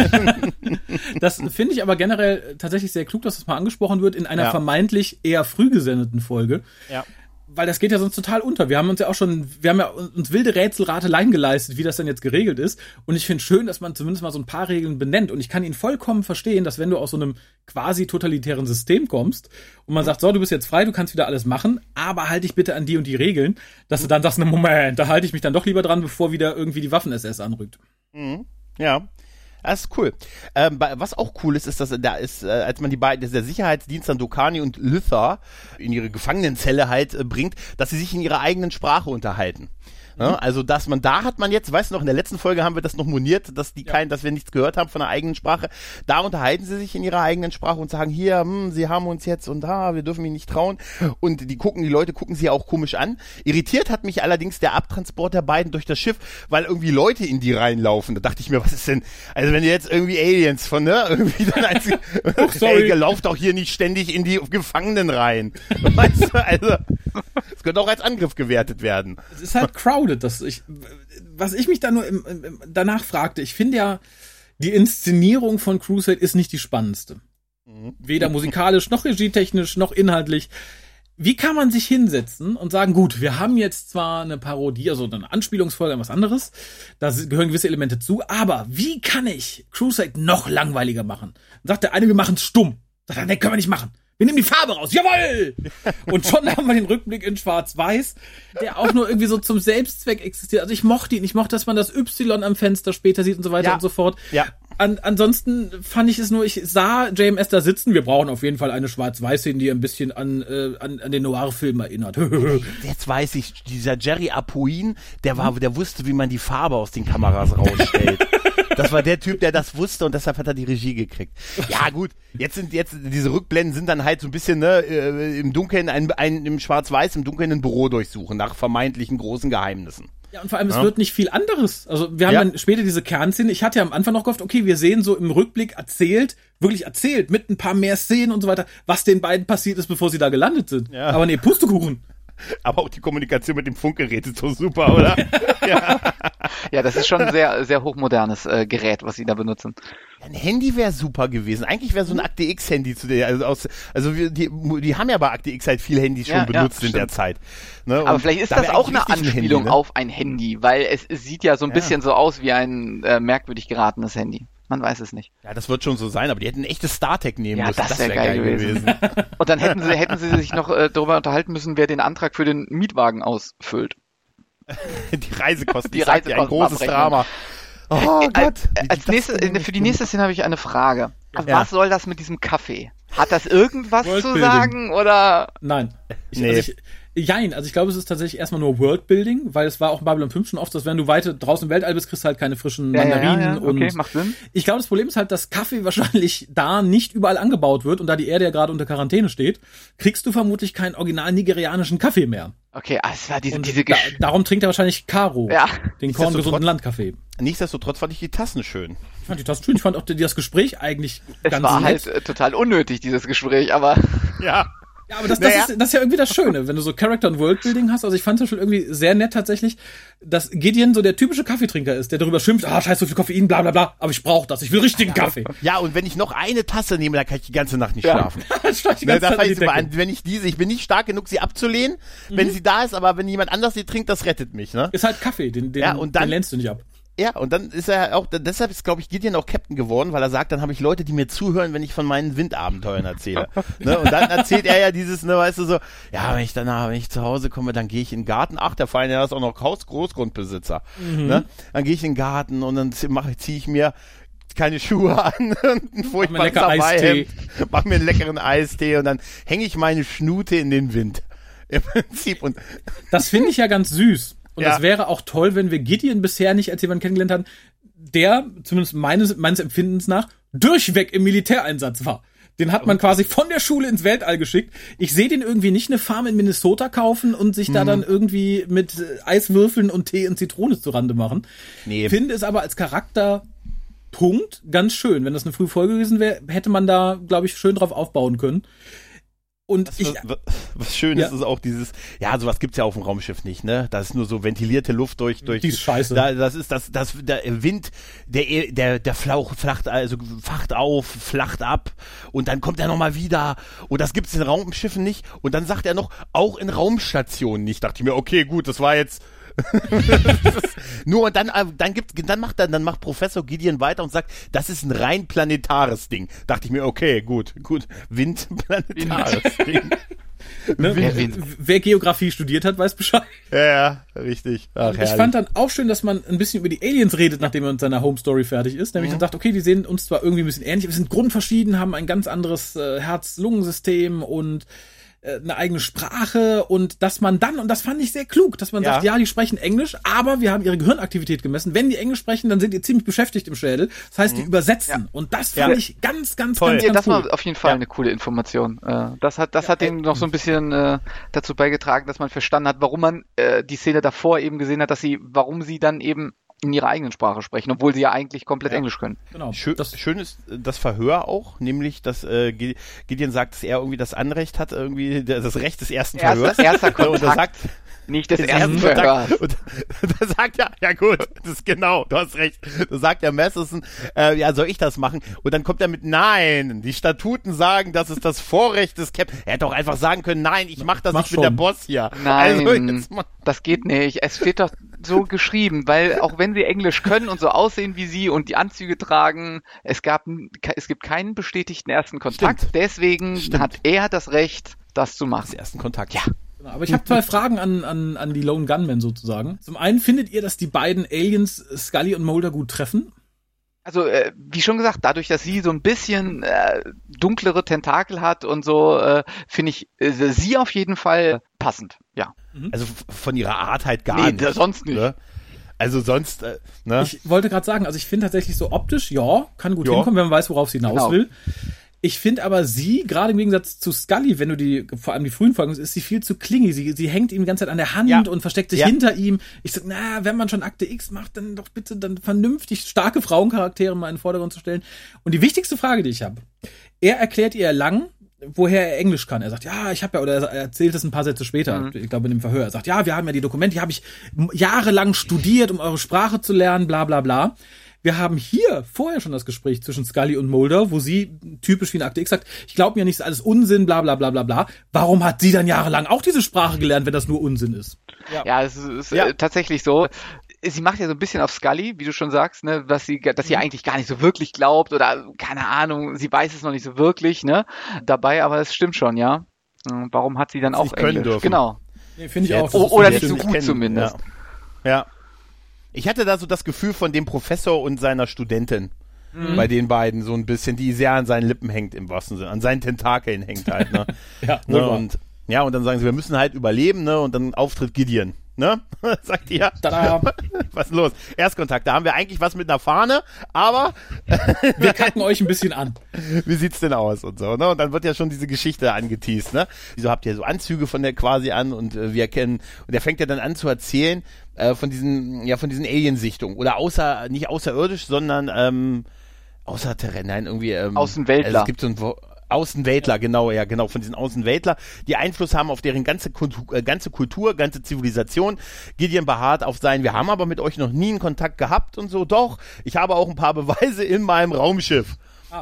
Das finde ich aber generell tatsächlich sehr klug, dass das mal angesprochen wird in einer vermeintlich eher früh gesendeten Folge. Ja. weil das geht ja sonst total unter. Wir haben uns wilde Rätselrateleien geleistet, wie das denn jetzt geregelt ist. Und ich finde schön, dass man zumindest mal so ein paar Regeln benennt. Und ich kann ihn vollkommen verstehen, dass wenn du aus so einem quasi totalitären System kommst und man sagt, so, du bist jetzt frei, du kannst wieder alles machen, aber halt dich bitte an die und die Regeln, dass du dann sagst, Moment, da halte ich mich dann doch lieber dran, bevor wieder irgendwie die Waffen-SS anrückt. Mhm. Ja. Das ist cool. Was auch cool ist, dass da ist, als man der Sicherheitsdienst an Dokani und Lythar in ihre Gefangenenzelle halt bringt, dass sie sich in ihrer eigenen Sprache unterhalten. Ja, also, hat man jetzt, weißt du noch, in der letzten Folge haben wir das noch moniert, dass dass wir nichts gehört haben von der eigenen Sprache. Da unterhalten sie sich in ihrer eigenen Sprache und sagen, hier, sie haben uns jetzt und wir dürfen ihnen nicht trauen. Und die Leute gucken sie auch komisch an. Irritiert hat mich allerdings der Abtransport der beiden durch das Schiff, weil irgendwie Leute in die reinlaufen. Da dachte ich mir, was ist denn, also wenn ihr jetzt irgendwie Aliens irgendwie dann ey, lauft doch hier nicht ständig in die Gefangenen rein. Weißt du, also, es könnte auch als Angriff gewertet werden. Es ist halt crowded. Was ich mich da nur danach fragte, ich finde ja, die Inszenierung von Crusade ist nicht die spannendste. Weder musikalisch, noch regietechnisch, noch inhaltlich. Wie kann man sich hinsetzen und sagen, gut, wir haben jetzt zwar eine Parodie, also eine Anspielungsfolge an was anderes, da gehören gewisse Elemente zu, aber wie kann ich Crusade noch langweiliger machen? Dann sagt der eine, wir machen es stumm. Sagt er, nee, können wir nicht machen. Wir nehmen die Farbe raus. Jawohl! Und schon haben wir den Rückblick in Schwarz-Weiß, der auch nur irgendwie so zum Selbstzweck existiert. Also ich mochte ihn. Ich mochte, dass man das Y am Fenster später sieht und so weiter und so fort. Ja. Ansonsten fand ich es nur, ich sah JMS da sitzen. Wir brauchen auf jeden Fall eine Schwarz-Weiß-Szene, die ein bisschen an den Noir-Film erinnert. Jetzt weiß ich, dieser Jerry Apoin, der wusste, wie man die Farbe aus den Kameras rausstellt. Das war der Typ, der das wusste und deshalb hat er die Regie gekriegt. Ja gut, jetzt diese Rückblenden sind dann halt so ein bisschen im Dunkeln, im Schwarz-Weiß, im Dunkeln ein Büro durchsuchen nach vermeintlichen großen Geheimnissen. Ja, und vor allem, es wird nicht viel anderes. Also wir haben dann später diese Kernszene. Ich hatte ja am Anfang noch gehofft, okay, wir sehen so im Rückblick wirklich erzählt, mit ein paar mehr Szenen und so weiter, was den beiden passiert ist, bevor sie da gelandet sind. Ja. Aber nee, Pustekuchen. Aber auch die Kommunikation mit dem Funkgerät ist so super, oder? Ja, das ist schon ein sehr, sehr hochmodernes Gerät, was sie da benutzen. Ein Handy wäre super gewesen. Eigentlich wäre so ein Akte X-Handy zu der, die haben ja bei Akte X halt viel Handys schon benutzt in der Zeit. Ne? Aber vielleicht ist das auch eine Anspielung auf ein Handy, weil es sieht ja so ein bisschen so aus wie ein merkwürdig geratenes Handy. Man weiß es nicht. Ja, das wird schon so sein, aber die hätten ein echtes StarTech nehmen müssen. Das wäre geil gewesen. Und dann hätten sie sich noch darüber unterhalten müssen, wer den Antrag für den Mietwagen ausfüllt. Die Reisekosten. Ein großes Drama. Oh Gott. Für die nächste Szene habe ich eine Frage. Ja. Was soll das mit diesem Kaffee? Hat das irgendwas zu sagen, oder? Nein. Also ich glaube, es ist tatsächlich erstmal nur Worldbuilding, weil es war auch in Babylon 5 schon oft, dass wenn du weiter draußen im Weltall bist, kriegst du halt keine frischen Mandarinen. Okay, macht Sinn. Ich glaube, das Problem ist halt, dass Kaffee wahrscheinlich da nicht überall angebaut wird und da die Erde ja gerade unter Quarantäne steht, kriegst du vermutlich keinen original nigerianischen Kaffee mehr. Okay, es war diese darum trinkt er wahrscheinlich Karo, den korngesunden Landkaffee. Nichtsdestotrotz fand ich die Tassen schön. Ich fand die Tassen schön, ich fand auch das Gespräch eigentlich ganz nett. Es war halt total unnötig, dieses Gespräch, aber... Ja, aber das ist ja irgendwie das Schöne, wenn du so Character- und Worldbuilding hast. Also ich fand das schon irgendwie sehr nett tatsächlich, dass Gideon so der typische Kaffeetrinker ist, der darüber schimpft, scheiß so viel Koffein, bla bla bla, aber ich brauche das, ich will richtigen Kaffee. Ja, und wenn ich noch eine Tasse nehme, dann kann ich die ganze Nacht nicht schlafen. Ich bin nicht stark genug, sie abzulehnen, wenn sie da ist, aber wenn jemand anders sie trinkt, das rettet mich. Ne? Ist halt Kaffee, den lehnst du nicht ab. Ja, und dann ist er auch, deshalb ist, glaube ich, Gideon auch Captain geworden, weil er sagt, dann habe ich Leute, die mir zuhören, wenn ich von meinen Windabenteuern erzähle. Ne? Und dann erzählt er ja dieses, weißt du, so, ja, wenn ich zu Hause komme, dann gehe ich in den Garten. Ach, der Feine ist auch noch Großgrundbesitzer. Ne? Dann gehe ich in den Garten und dann ziehe ich mir keine Schuhe an und ein furchtbares Hawaii-Hemd, mach mir einen leckeren Eistee und dann hänge ich meine Schnute in den Wind. Im Prinzip. Und das finde ich ja ganz süß. Und das wäre auch toll, wenn wir Gideon bisher nicht als jemanden kennengelernt haben, der, zumindest meines Empfindens nach, durchweg im Militäreinsatz war. Den hat man quasi von der Schule ins Weltall geschickt. Ich sehe den irgendwie nicht eine Farm in Minnesota kaufen und sich da dann irgendwie mit Eiswürfeln und Tee und Zitrone zurande machen. Nee. Finde es aber als Charakterpunkt ganz schön. Wenn das eine frühe Folge gewesen wäre, hätte man da, glaube ich, schön drauf aufbauen können. Und was schön ist, ist auch dieses, sowas gibt's ja auf dem Raumschiff nicht, ne? Das ist nur so ventilierte Luft durch. Die ist scheiße. Das ist der Wind, der flacht auf, flacht ab und dann kommt er nochmal wieder und das gibt's in Raumschiffen nicht und dann sagt er noch, auch in Raumstationen nicht. Dachte ich mir, okay, gut, das war jetzt nur und dann macht Professor Gideon weiter und sagt, das ist ein rein planetares Ding. Dachte ich mir, okay, gut, Wind, planetares Ding. Ne? Wer Geografie studiert hat, weiß Bescheid. Ja, richtig. Ach, ich fand dann auch schön, dass man ein bisschen über die Aliens redet, nachdem er mit seiner Home Story fertig ist. Nämlich dann sagt, okay, die sehen uns zwar irgendwie ein bisschen ähnlich, aber sind grundverschieden, haben ein ganz anderes Herz-Lungen-System und eine eigene Sprache und dass man dann, und das fand ich sehr klug, dass man sagt, die sprechen Englisch, aber wir haben ihre Gehirnaktivität gemessen. Wenn die Englisch sprechen, dann sind die ziemlich beschäftigt im Schädel. Das heißt, die übersetzen. Und das fand ich ganz toll. Das war auf jeden Fall eine coole Information. Das hat denen noch so ein bisschen dazu beigetragen, dass man verstanden hat, warum man die Szene davor eben gesehen hat, warum sie dann eben in ihrer eigenen Sprache sprechen, obwohl sie ja eigentlich komplett Englisch können. Genau. Schön ist das Verhör auch, nämlich, dass Gideon sagt, dass er irgendwie das Anrecht hat, irgendwie das Recht des ersten Verhörs. Erster Kontakt. Und er sagt, nicht des ersten Verhörs. Und da sagt ja gut, das ist genau, du hast recht. Da sagt der Masterson, soll ich das machen? Und dann kommt er mit, nein, die Statuten sagen, das ist das Vorrecht des Captains. Er hätte auch einfach sagen können, nein, ich mach das nicht mit der Boss hier. Nein, das geht nicht. Es steht doch so geschrieben, weil auch wenn sie Englisch können und so aussehen wie sie und die Anzüge tragen, es gibt keinen bestätigten ersten Kontakt. Stimmt. Deswegen hat er das Recht, das zu machen. Das ersten Kontakt. Ja. Genau, aber ich habe 2 Fragen an die Lone Gunmen sozusagen. Zum einen, findet ihr, dass die beiden Aliens Scully und Mulder gut treffen? Also, wie schon gesagt, dadurch, dass sie so ein bisschen dunklere Tentakel hat und so, finde ich sie auf jeden Fall passend, ja. Also von ihrer Art halt gar nicht. Sonst nicht. Ne? Also sonst, ne? Ich wollte gerade sagen, also ich finde tatsächlich so optisch, kann gut hinkommen, wenn man weiß, worauf sie hinaus will. Ich finde aber sie, gerade im Gegensatz zu Scully, wenn du vor allem die frühen Folgen, ist sie viel zu klingy. Sie hängt ihm die ganze Zeit an der Hand und versteckt sich hinter ihm. Ich sag, wenn man schon Akte X macht, dann doch bitte dann vernünftig starke Frauencharaktere mal in den Vordergrund zu stellen. Und die wichtigste Frage, die ich habe, er erklärt ihr lang, woher er Englisch kann. Er sagt, oder er erzählt es ein paar Sätze später, ich glaube in dem Verhör. Er sagt, wir haben ja die Dokumente, die habe ich jahrelang studiert, um eure Sprache zu lernen, bla bla bla. Wir haben hier vorher schon das Gespräch zwischen Scully und Mulder, wo sie typisch wie eine Akte X sagt, ich glaube mir nicht, das ist alles Unsinn, bla bla bla bla bla. Warum hat sie dann jahrelang auch diese Sprache gelernt, wenn das nur Unsinn ist? Ja, es ist tatsächlich so. Sie macht ja so ein bisschen auf Scully, wie du schon sagst, ne, dass sie eigentlich gar nicht so wirklich glaubt oder keine Ahnung, sie weiß es noch nicht so wirklich, ne, dabei, aber es stimmt schon, ja. Warum hat sie dann auch Englisch? Dürfen. Genau. Nee, finde ich auch. Oder nicht so gut zumindest. Ja. Ich hatte da so das Gefühl von dem Professor und seiner Studentin. Bei den beiden so ein bisschen, die sehr an seinen Lippen hängt im wahrsten Sinne, an seinen Tentakeln hängt halt, ne? Und dann sagen sie, wir müssen halt überleben, ne? Und dann auftritt Gideon, ne? Sagt ihr, was ist los? Erstkontakt, da haben wir eigentlich was mit einer Fahne, aber wir kacken euch ein bisschen an. Wie sieht's denn aus und so, ne? Und dann wird ja schon diese Geschichte angeteast, ne? Wieso habt ihr so Anzüge von der quasi an und wir kennen, und er fängt ja dann an zu erzählen von diesen Aliensichtungen oder nicht außerirdisch, sondern außerterren, nein, irgendwie Außenweltler. Also es gibt so ein Außenweltler, genau, von diesen Außenweltler, die Einfluss haben auf deren ganze Kultur, ganze Zivilisation. Gideon beharrt auf wir haben aber mit euch noch nie einen Kontakt gehabt und so. Doch, ich habe auch ein paar Beweise in meinem Raumschiff.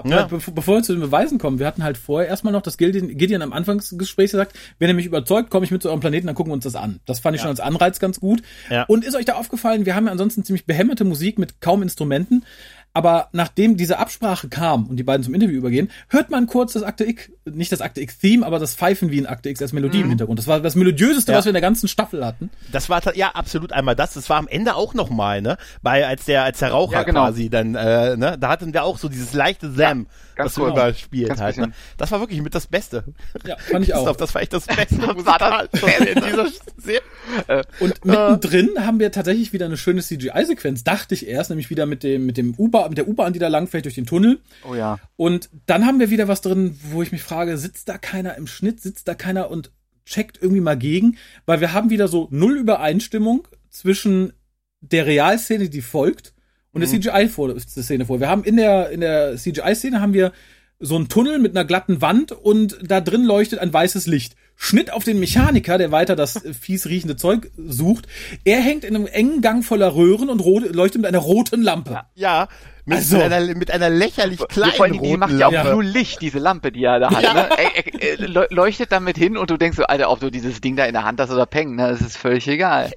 Bevor wir zu den Beweisen kommen, wir hatten halt vorher erstmal noch, dass Gideon am Anfang des Gesprächs sagt, wenn ihr mich überzeugt, komme ich mit zu eurem Planeten, dann gucken wir uns das an. Das fand ich schon als Anreiz ganz gut. Ja. Und ist euch da aufgefallen, wir haben ja ansonsten ziemlich behämmerte Musik mit kaum Instrumenten, aber nachdem diese Absprache kam und die beiden zum Interview übergehen, hört man kurz das Akte X, nicht das Akte X-Theme, aber das Pfeifen wie ein Akte X als Melodie im Hintergrund. Das war das Melodiöseste, was wir in der ganzen Staffel hatten. Das war, absolut einmal das. Das war am Ende auch nochmal, ne? Als der Raucher quasi dann, ne? Da hatten wir auch so dieses leichte Sam, was so überspielt halt, ne? Das war wirklich mit das Beste. Ja, fand ich auch. Das war echt das Beste Musikal in dieser Serie. Und mittendrin haben wir tatsächlich wieder eine schöne CGI-Sequenz, dachte ich erst, nämlich wieder mit der U-Bahn, die da langfährt durch den Tunnel. Oh ja. Und dann haben wir wieder was drin, wo ich mich frage, sitzt da keiner im Schnitt, sitzt da keiner und checkt irgendwie mal gegen? Weil wir haben wieder so null Übereinstimmung zwischen der Realszene, die folgt, und der CGI-Szene vor. Wir haben in der CGI-Szene haben wir so ein Tunnel mit einer glatten Wand und da drin leuchtet ein weißes Licht. Schnitt auf den Mechaniker, der weiter das fies riechende Zeug sucht. Er hängt in einem engen Gang voller Röhren und leuchtet mit einer roten Lampe. Ja, mit einer lächerlich kleinen vor allem, roten die macht Lampe. ja auch nur Licht, diese Lampe, die er da hat. Ne? Er leuchtet damit hin und du denkst so, Alter, ob du dieses Ding da in der Hand hast oder Peng, ne? Das ist völlig egal.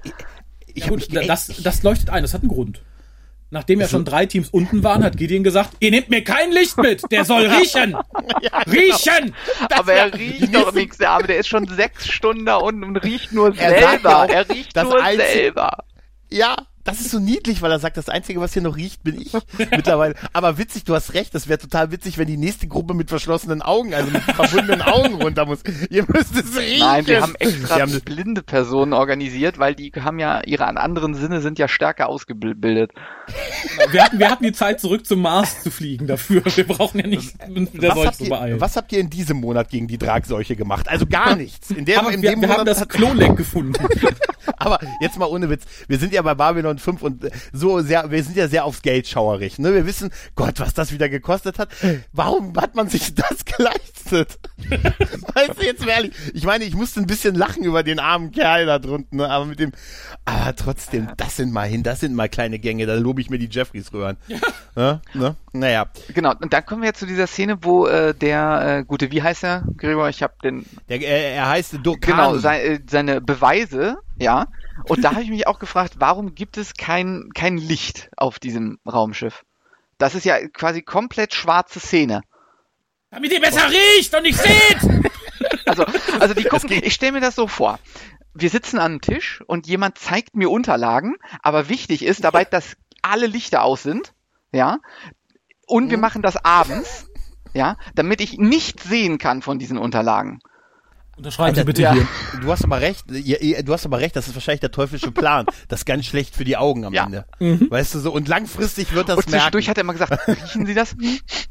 Das leuchtet ein, das hat einen Grund. Nachdem ja schon 3 Teams unten waren, hat Gideon gesagt, ihr nehmt mir kein Licht mit, der soll riechen! Riechen! Aber er riecht doch nichts, der Arme, der ist schon 6 Stunden da unten und riecht nur selber. Er riecht nur selber. Ja, das ist so niedlich, weil er sagt, das Einzige, was hier noch riecht, bin ich mittlerweile. Aber witzig, du hast recht, das wäre total witzig, wenn die nächste Gruppe mit verschlossenen Augen, also mit verbundenen Augen runter muss. Ihr müsst es riechen. Nein, wir haben extra blinde Personen organisiert, weil die haben ja, ihre anderen Sinne sind ja stärker ausgebildet. Wir hatten die Zeit, zurück zum Mars zu fliegen dafür. Wir brauchen ja nicht mit der Seuche zu beeilen. Was habt ihr in diesem Monat gegen die Tragseuche gemacht? Also gar nichts. Wir haben das Kloleck gefunden. Aber jetzt mal ohne Witz. Wir sind ja bei Babylon 5 und wir sind ja sehr aufs Geld schauerig. Ne? Wir wissen, Gott, was das wieder gekostet hat. Warum hat man sich das geleistet? Weißt du, jetzt ehrlich. Ich meine, ich musste ein bisschen lachen über den armen Kerl da drunten, ne? Aber trotzdem, das sind mal kleine Gänge, da lobe ich mir die Jeffries-Röhren. Ja. Ne? Naja. Genau, und dann kommen wir jetzt zu dieser Szene, wo der Gute, wie heißt er, Gregor? Ich habe den... Er heißt Dokani. Genau, seine Beweise, ja. Und da habe ich mich auch gefragt, warum gibt es kein Licht auf diesem Raumschiff? Das ist ja quasi komplett schwarze Szene. Damit ihr besser riecht und nicht seht! Also die gucken, ich stelle mir das so vor. Wir sitzen an einem Tisch und jemand zeigt mir Unterlagen, aber wichtig ist dabei, dass alle Lichter aus sind, ja. Und wir machen das abends, ja, damit ich nichts sehen kann von diesen Unterlagen. Unterschreiben Sie bitte hier. Du hast aber recht, das ist wahrscheinlich der teuflische Plan. Das ist ganz schlecht für die Augen am Ende. Mhm. Weißt du so, und langfristig wird das merken. Und zwischendurch hat er immer gesagt, riechen Sie das?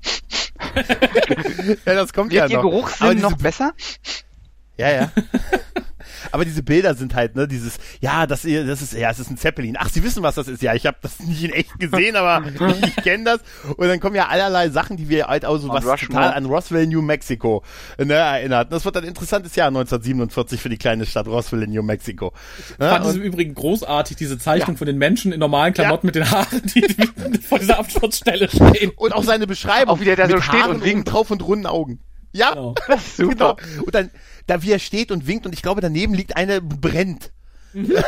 Ja, das kommt ja noch. Wird Ihr Geruchssinn noch besser? Ja. Aber diese Bilder sind halt, ne, es ist ein Zeppelin. Ach, Sie wissen, was das ist. Ja, ich habe das nicht in echt gesehen, aber ich kenne das. Und dann kommen ja allerlei Sachen, die wir halt auch so was total an Roswell, New Mexico, ne, erinnert. Das wird ein interessantes Jahr 1947 für die kleine Stadt Roswell in New Mexico. Ich fand es im Übrigen großartig, diese Zeichnung von den Menschen in normalen Klamotten mit den Haaren, die vor dieser Absturzstelle stehen. Und auch seine Beschreibung. Auch wie der da so steht und winkt drauf und runden Augen. Ja, genau. Das ist super. Genau. Und dann, da wie er steht und winkt und ich glaube, daneben liegt eine brennt. Genau.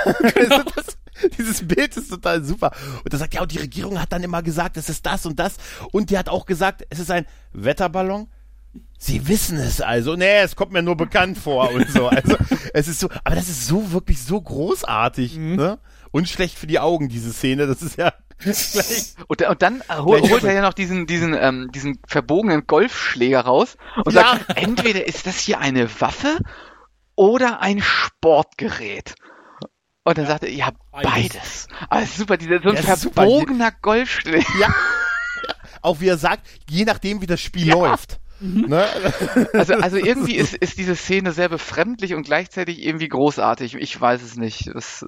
Dieses Bild ist total super. Und er sagt, ja, und die Regierung hat dann immer gesagt, es ist das und das. Und die hat auch gesagt, es ist ein Wetterballon. Sie wissen es also. Nee, es kommt mir nur bekannt vor und so. Also, es ist so, aber das ist so wirklich so großartig, ne? Und schlecht für die Augen, diese Szene. Das ist ja, und dann holt er ja noch diesen verbogenen Golfschläger raus und sagt, entweder ist das hier eine Waffe oder ein Sportgerät. Und dann sagt er, ja, beides. Aber super, so ein verbogener Golfschläger. Ja. Auch wie er sagt, je nachdem, wie das Spiel läuft. Ne? Also irgendwie ist diese Szene sehr befremdlich und gleichzeitig irgendwie großartig. Ich weiß es nicht.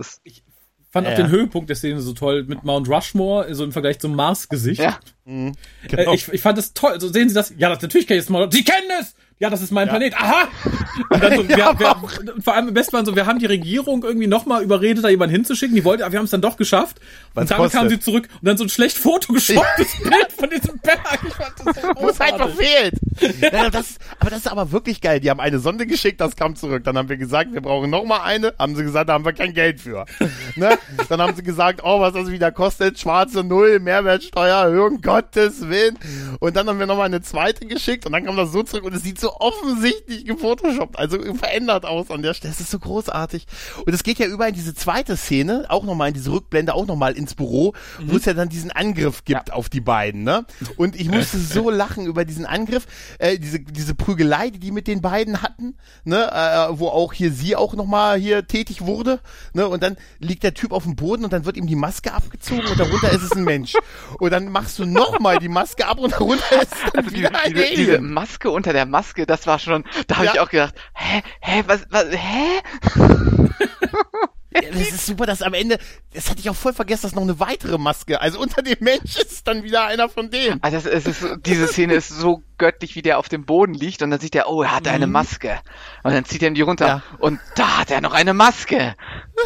Ich fand auch den Höhepunkt der Szene so toll mit Mount Rushmore, so im Vergleich zum Mars-Gesicht. Ja. Genau. Ich fand es toll. So sehen Sie das? Ja, natürlich kenne ich das mal. Sie kennen es! Ja, das ist mein Planet. Aha! Und dann so, vor allem im besten Fall so, wir haben die Regierung irgendwie nochmal überredet, da jemanden hinzuschicken. Wir haben es dann doch geschafft. Und dann kamen sie zurück und dann so ein schlecht fotogeschopptes Bild von diesem Berg. Ich fand das so wo es einfach fehlt. Ja, das ist aber wirklich geil. Die haben eine Sonde geschickt, das kam zurück. Dann haben wir gesagt, wir brauchen nochmal eine. Haben sie gesagt, da haben wir kein Geld für. Ne? Dann haben sie gesagt, was das wieder kostet. Schwarze Null, Mehrwertsteuer, um Gottes Willen. Und dann haben wir nochmal eine zweite geschickt und dann kam das so zurück und es sieht so offensichtlich gefotoshoppt, also verändert aus an der Stelle. Das ist so großartig. Und es geht ja über in diese zweite Szene, auch nochmal in diese Rückblende, auch nochmal ins Büro, wo es ja dann diesen Angriff gibt auf die beiden, ne? Und ich musste so lachen über diesen Angriff, diese Prügelei, die mit den beiden hatten, ne? Wo auch hier sie auch nochmal hier tätig wurde, ne? Und dann liegt der Typ auf dem Boden und dann wird ihm die Maske abgezogen und darunter ist es ein Mensch. Und dann machst du nochmal die Maske ab und darunter ist es dann wieder ein Alien. Diese Maske unter der Maske, das war schon, da habe ich auch gedacht, hä? Das ist super, dass am Ende, das hatte ich auch voll vergessen, dass noch eine weitere Maske, also unter dem Mensch ist dann wieder einer von denen. Also diese Szene ist so göttlich, wie der auf dem Boden liegt und dann sieht er, oh, er hat eine Maske. Und dann zieht er ihm die runter und da hat er noch eine Maske.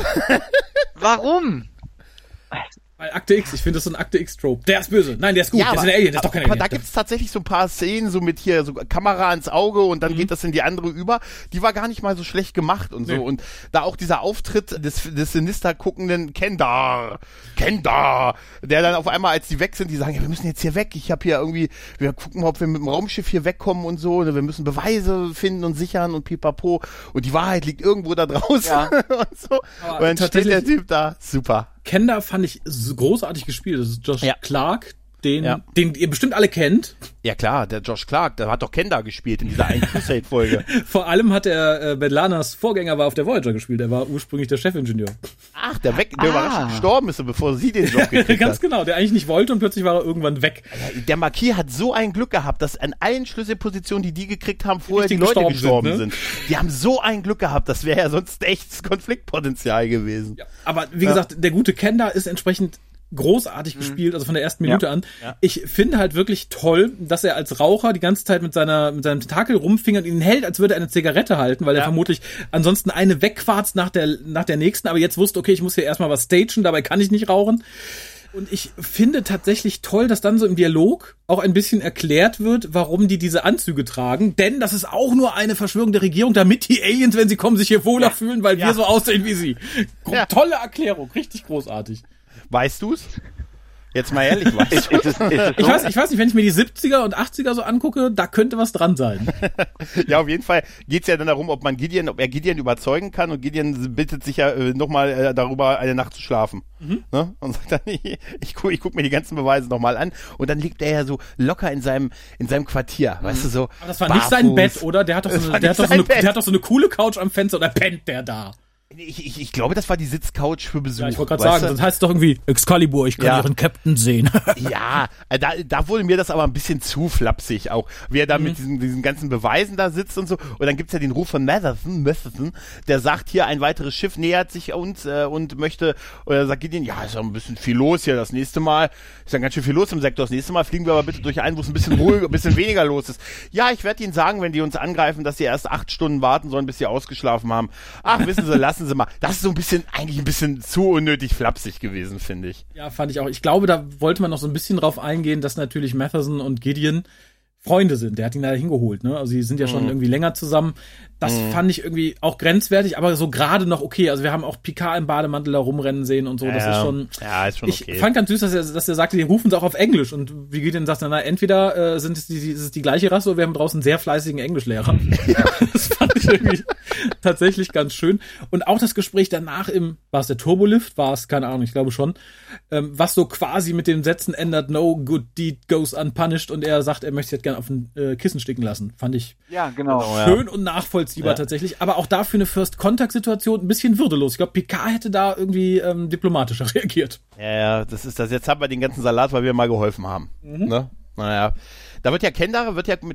Warum? Bei Akte X, ich finde das so ein Akte X-Trope. Der ist böse. Nein, der ist gut. Der ist ein Alien. Der ist doch kein Alien. Aber da gibt's tatsächlich so ein paar Szenen, so mit hier, so Kamera ans Auge und dann geht das in die andere über. Die war gar nicht mal so schlecht gemacht und so. Nee. Und da auch dieser Auftritt des Sinister guckenden Kendar, der dann auf einmal, als die weg sind, die sagen, ja, wir müssen jetzt hier weg. Wir gucken mal, ob wir mit dem Raumschiff hier wegkommen und so. Wir müssen Beweise finden und sichern und pipapo. Und die Wahrheit liegt irgendwo da draußen und so. Aber und dann steht der Typ da. Super. Kendar fand ich großartig gespielt. Das ist Josh Clark, den ihr bestimmt alle kennt. Ja klar, der Josh Clark, der hat doch Kendar gespielt in dieser einen Crusade-Folge. Vor allem hat er B'Elanas Vorgänger war auf der Voyager gespielt. Er war ursprünglich der Chefingenieur. Ach, der überraschend gestorben ist, bevor sie den Job gekriegt hat. Ganz genau, der eigentlich nicht wollte und plötzlich war er irgendwann weg. Der Marquis hat so ein Glück gehabt, dass an allen Schlüsselpositionen, die gekriegt haben, vorher die Leute gestorben sind. Die haben so ein Glück gehabt, das wäre ja sonst echtes Konfliktpotenzial gewesen. Ja, aber wie gesagt, der gute Kendar ist entsprechend großartig gespielt, also von der ersten Minute an. Ja. Ich finde halt wirklich toll, dass er als Raucher die ganze Zeit mit seinem Tentakel rumfingert und ihn hält, als würde er eine Zigarette halten, weil er vermutlich ansonsten eine wegquarzt nach der nächsten, aber jetzt wusste, okay, ich muss hier erstmal was stagen, dabei kann ich nicht rauchen. Und ich finde tatsächlich toll, dass dann so im Dialog auch ein bisschen erklärt wird, warum die diese Anzüge tragen. Denn das ist auch nur eine Verschwörung der Regierung, damit die Aliens, wenn sie kommen, sich hier wohler fühlen, weil wir so aussehen wie sie. Tolle Erklärung, richtig großartig. Weißt du's? Jetzt mal ehrlich, weißt du? Ich weiß nicht, wenn ich mir die 70er und 80er so angucke, da könnte was dran sein. Ja, auf jeden Fall geht's ja dann darum, ob er Gideon überzeugen kann, und Gideon bittet sich ja nochmal darüber, eine Nacht zu schlafen. Ne? Und sagt dann, ich guck mir die ganzen Beweise nochmal an, und dann liegt er ja so locker in seinem Quartier, weißt du, so. Aber das war nicht sein Bett, oder? Der hat doch so eine coole Couch am Fenster, oder pennt der da? Ich glaube, das war die Sitzcouch für Besuch. Ja, ich wollte gerade sagen, das heißt doch irgendwie Excalibur, ich kann Ihren Captain sehen. Ja, da wurde mir das aber ein bisschen zu flapsig auch, wie er da mit diesen ganzen Beweisen da sitzt und so. Und dann gibt's ja den Ruf von Matheson, der sagt, hier ein weiteres Schiff nähert sich uns und möchte, oder sagt Gideon, ja, ist ja ein bisschen viel los hier, das nächste Mal ist ja ganz schön viel los im Sektor, das nächste Mal fliegen wir aber bitte durch einen, wo es ein bisschen ruhiger, ein bisschen weniger los ist. Ja, ich werde Ihnen sagen, wenn die uns angreifen, dass sie erst 8 Stunden warten sollen, bis sie ausgeschlafen haben. Ach, wissen Sie, lassen Sie mal. Das ist so eigentlich ein bisschen zu unnötig flapsig gewesen, finde ich. Ja, fand ich auch. Ich glaube, da wollte man noch so ein bisschen drauf eingehen, dass natürlich Matheson und Gideon Freunde sind. Der hat ihn da hingeholt, ne? Also sie sind ja schon irgendwie länger zusammen. Das fand ich irgendwie auch grenzwertig, aber so gerade noch okay. Also wir haben auch Picard im Bademantel da rumrennen sehen und so. Das ist schon. Ja, ist schon okay. Ich fand ganz süß, dass er sagte, die rufen sie auch auf Englisch. Und wie Gideon sagt, entweder ist es die gleiche Rasse, oder wir haben draußen einen sehr fleißigen Englischlehrer. Das fand ich irgendwie tatsächlich ganz schön. Und auch das Gespräch danach war es der Turbolift? War es, keine Ahnung, ich glaube schon. Was so quasi mit den Sätzen ändert, no good deed goes unpunished. Und er sagt, er möchte sich gerne auf ein Kissen sticken lassen. Fand ich schön und nachvollziehbar tatsächlich. Aber auch dafür eine First-Contact-Situation ein bisschen würdelos. Ich glaube, Picard hätte da irgendwie diplomatischer reagiert. Ja, das ist das. Jetzt haben wir den ganzen Salat, weil wir mal geholfen haben. Ne? Naja. Da wird ja Kendar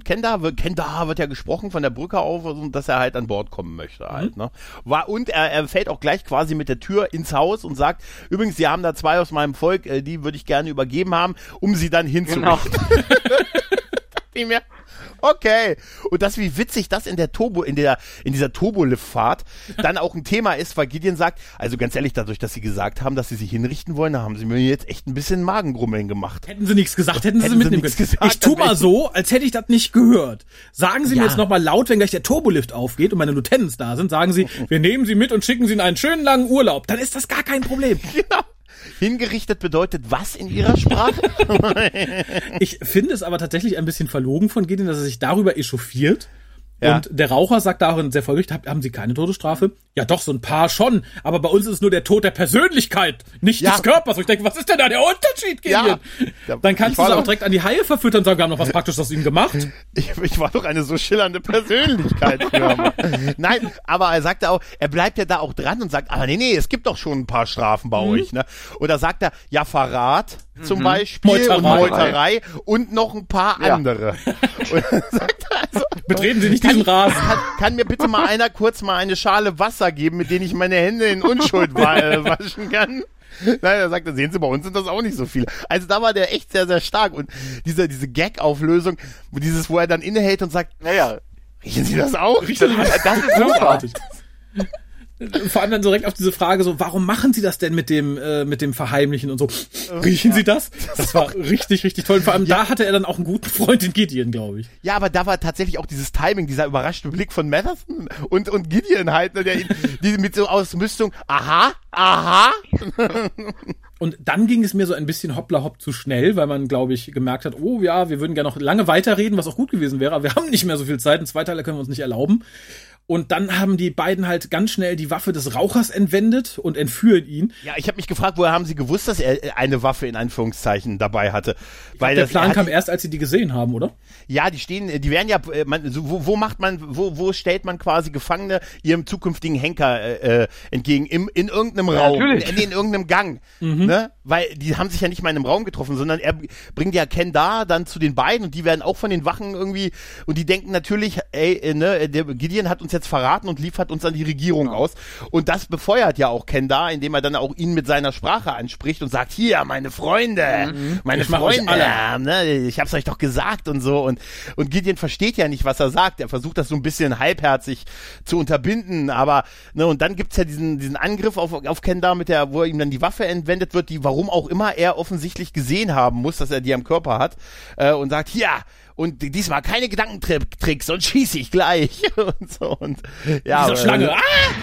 wird ja gesprochen von der Brücke auf, dass er halt an Bord kommen möchte halt, ne? Und er fällt auch gleich quasi mit der Tür ins Haus und sagt, übrigens, Sie haben da 2 aus meinem Volk, die würde ich gerne übergeben haben, um sie dann hinzurichten. Genau. Okay. Und das, wie witzig das in dieser Turboliftfahrt dann auch ein Thema ist, weil Gideon sagt, also ganz ehrlich, dadurch, dass sie gesagt haben, dass sie sich hinrichten wollen, da haben sie mir jetzt echt ein bisschen Magengrummeln gemacht. Hätten sie nichts gesagt, hätten sie mitnehmen können. Ich tu mal so, als hätte ich das nicht gehört. Sagen Sie mir jetzt nochmal laut, wenn gleich der Turbolift aufgeht und meine Lieutenants da sind, sagen Sie, wir nehmen Sie mit und schicken Sie in einen schönen langen Urlaub. Dann ist das gar kein Problem. Genau. Hingerichtet bedeutet was in ihrer Sprache? Ich finde es aber tatsächlich ein bisschen verlogen von Gideon, dass er sich darüber echauffiert. Ja. Und der Raucher sagt darin sehr folglich, haben Sie keine Todesstrafe? Ja doch, so ein paar schon. Aber bei uns ist es nur der Tod der Persönlichkeit, nicht des Körpers. Und ich denke, was ist denn da der Unterschied, Gideon? Ja. Dann kannst du es auch direkt an die Haie verfüttern und sagen, wir haben noch was Praktisches aus ihm gemacht. Ich war doch eine so schillernde Persönlichkeit. Nein, aber er sagt auch, er bleibt ja da auch dran und sagt, aber nee, es gibt doch schon ein paar Strafen bei euch. Ne? Oder sagt er, ja, Verrat zum Beispiel und Meuterei und noch ein paar andere. Und dann sagt er also, betreten Sie nicht die diesen Rasen. Kann mir bitte mal einer kurz mal eine Schale Wasser geben, mit denen ich meine Hände in Unschuld waschen kann? Nein, er sagte, sehen Sie, bei uns sind das auch nicht so viele. Also da war der echt sehr, sehr stark. Und diese Gag-Auflösung, wo er dann innehält und sagt, naja, riechen Sie das auch? Das ist großartig. Vor allem dann direkt auf diese Frage so, warum machen Sie das denn mit dem Verheimlichen und so? Riechen Sie das? Das war richtig, richtig toll. Vor allem da hatte er dann auch einen guten Freund in Gideon, glaube ich. Ja, aber da war tatsächlich auch dieses Timing, dieser überraschte Blick von Matherson und Gideon halt, ne, die mit so Ausmüstung, aha. Und dann ging es mir so ein bisschen hoppla hopp zu schnell, weil man, glaube ich, gemerkt hat, oh ja, wir würden gerne noch lange weiterreden, was auch gut gewesen wäre, aber wir haben nicht mehr so viel Zeit, einen Zweiteiler können wir uns nicht erlauben. Und dann haben die beiden halt ganz schnell die Waffe des Rauchers entwendet und entführen ihn. Ja, ich habe mich gefragt, woher haben sie gewusst, dass er eine Waffe in Anführungszeichen dabei hatte? Weil der Plan kam erst, als sie die gesehen haben, oder? Ja, die werden ja, wo stellt man quasi Gefangene ihrem zukünftigen Henker entgegen? In irgendeinem Raum, in irgendeinem Gang, ne? Weil die haben sich ja nicht mal in einem Raum getroffen, sondern er bringt ja Ken da dann zu den beiden und die werden auch von den Wachen irgendwie, und die denken natürlich, der Gideon hat uns jetzt verraten und liefert uns an die Regierung aus. Und das befeuert ja auch Ken da, indem er dann auch ihn mit seiner Sprache anspricht und sagt, hier, meine Freunde, ne, ich hab's euch doch gesagt und so. Und Gideon versteht ja nicht, was er sagt. Er versucht das so ein bisschen halbherzig zu unterbinden, aber, ne, und dann gibt's ja diesen Angriff auf Ken da, wo ihm dann die Waffe entwendet wird, die, warum auch immer, er offensichtlich gesehen haben muss, dass er die am Körper hat, und sagt, ja, und diesmal keine Gedankentricks, sonst schieße ich gleich. Und so. Und ja, diese Schlange.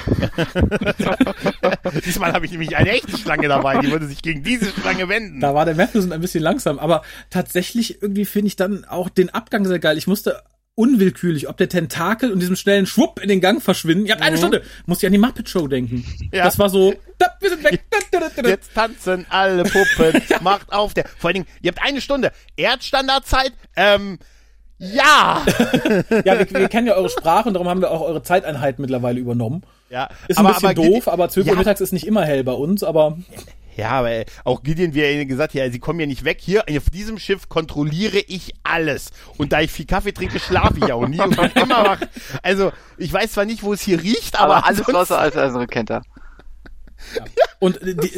Diesmal habe ich nämlich eine echte Schlange dabei, die würde sich gegen diese Schlange wenden. Da war der Matthewson ein bisschen langsam, aber tatsächlich irgendwie finde ich dann auch den Abgang sehr geil. Ich musste unwillkürlich, ob der Tentakel und diesem schnellen Schwupp in den Gang verschwinden. Ihr habt eine Stunde. Musste ich an die Muppet Show denken. Ja. Das war so, wir sind weg. Jetzt tanzen alle Puppen. Macht auf der. Vor allen Dingen, ihr habt eine Stunde. Erdstandardzeit, ja. Ja, wir kennen ja eure Sprache und darum haben wir auch eure Zeiteinheiten mittlerweile übernommen. Ja. Ist ein bisschen doof, aber 12 Uhr mittags ist nicht immer hell bei uns, aber... Ja, aber auch Gideon, wie er ihnen gesagt hat, ja, sie kommen ja nicht weg. Hier, auf diesem Schiff kontrolliere ich alles. Und da ich viel Kaffee trinke, schlafe ich ja auch nie und bin immer wach. Also, ich weiß zwar nicht, wo es hier riecht, aber alles Wasser als kennt er. Ja. Und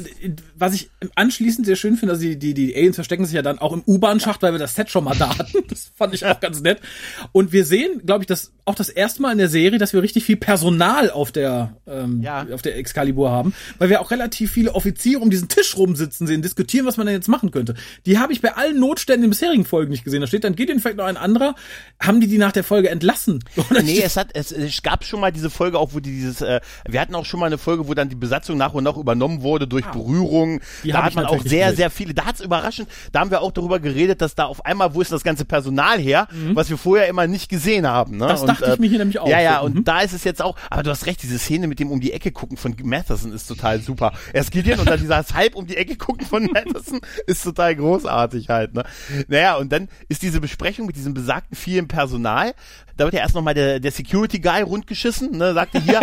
was ich anschließend sehr schön finde, also die Aliens verstecken sich ja dann auch im U-Bahn-Schacht, weil wir das Set schon mal da hatten. Das fand ich auch ganz nett. Und wir sehen, glaube ich, auch das erste Mal in der Serie, dass wir richtig viel Personal auf der Excalibur haben, weil wir auch relativ viele Offiziere um diesen Tisch rumsitzen sehen, diskutieren, was man denn jetzt machen könnte. Die habe ich bei allen Notständen in den bisherigen Folgen nicht gesehen. Da steht dann, Gideon vielleicht noch ein anderer. Haben die nach der Folge entlassen? Nee, es gab schon mal diese Folge auch, wo wir hatten auch schon mal eine Folge, wo dann die Besatzung nach und nach übernommen wurde durch Berührung. Da hat man auch sehr, sehr viele. Da hat's überraschend. Da haben wir auch darüber geredet, dass da auf einmal, wo ist das ganze Personal her, was wir vorher immer nicht gesehen haben. Ne? Das dachte ich mir hier nämlich auch. Ja, und da ist es jetzt auch, aber du hast recht, diese Szene mit dem um die Ecke gucken von Matherson ist total super. Erst Gideon und dann dieses halb um die Ecke gucken von Matherson ist total großartig halt. Ne? Naja, und dann ist diese Besprechung mit diesem besagten vielen Personal, da wird ja erst nochmal der Security Guy rundgeschissen, ne? Sagte hier,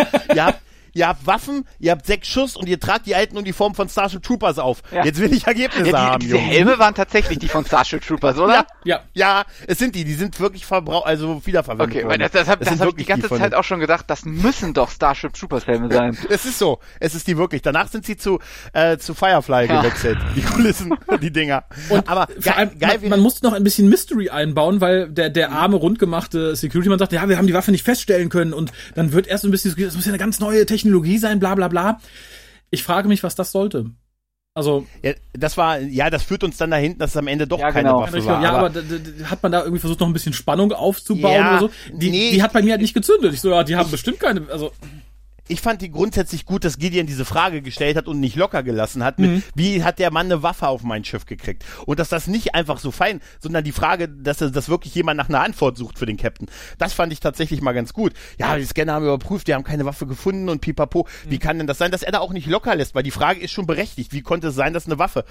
ihr habt Waffen, ihr habt 6 Schuss und ihr tragt die alten Uniformen von Starship Troopers auf. Ja. Jetzt will ich Ergebnisse haben, diese Helme waren tatsächlich die von Starship Troopers, oder? Ja, es sind die sind wirklich wiederverwendet worden. Okay, das hab ich die ganze Zeit auch schon gedacht, das müssen doch Starship Troopers Helme sein. Es ist so, es ist die wirklich. Danach sind sie zu Firefly gewechselt, die Kulissen, die Dinger. Und aber geil, man musste noch ein bisschen Mystery einbauen, weil der arme, rundgemachte Security-Mann sagt, ja, wir haben die Waffe nicht feststellen können und dann wird erst so ein bisschen, das muss ja eine ganz neue Technologie sein, bla bla bla. Ich frage mich, was das sollte. Also das führt uns dann dahin, dass es am Ende doch keine Waffe war. Ja, aber hat man da irgendwie versucht, noch ein bisschen Spannung aufzubauen oder so? Die hat bei mir halt nicht gezündet. Ich so, ja, die haben bestimmt keine, also... Ich fand die grundsätzlich gut, dass Gideon diese Frage gestellt hat und nicht locker gelassen hat, wie hat der Mann eine Waffe auf mein Schiff gekriegt? Und dass das nicht einfach so fein, sondern die Frage, dass wirklich jemand nach einer Antwort sucht für den Captain. Das fand ich tatsächlich mal ganz gut. Ja, die Scanner haben überprüft, die haben keine Waffe gefunden und pipapo. Wie kann denn das sein, dass er da auch nicht locker lässt? Weil die Frage ist schon berechtigt. Wie konnte es sein, dass eine Waffe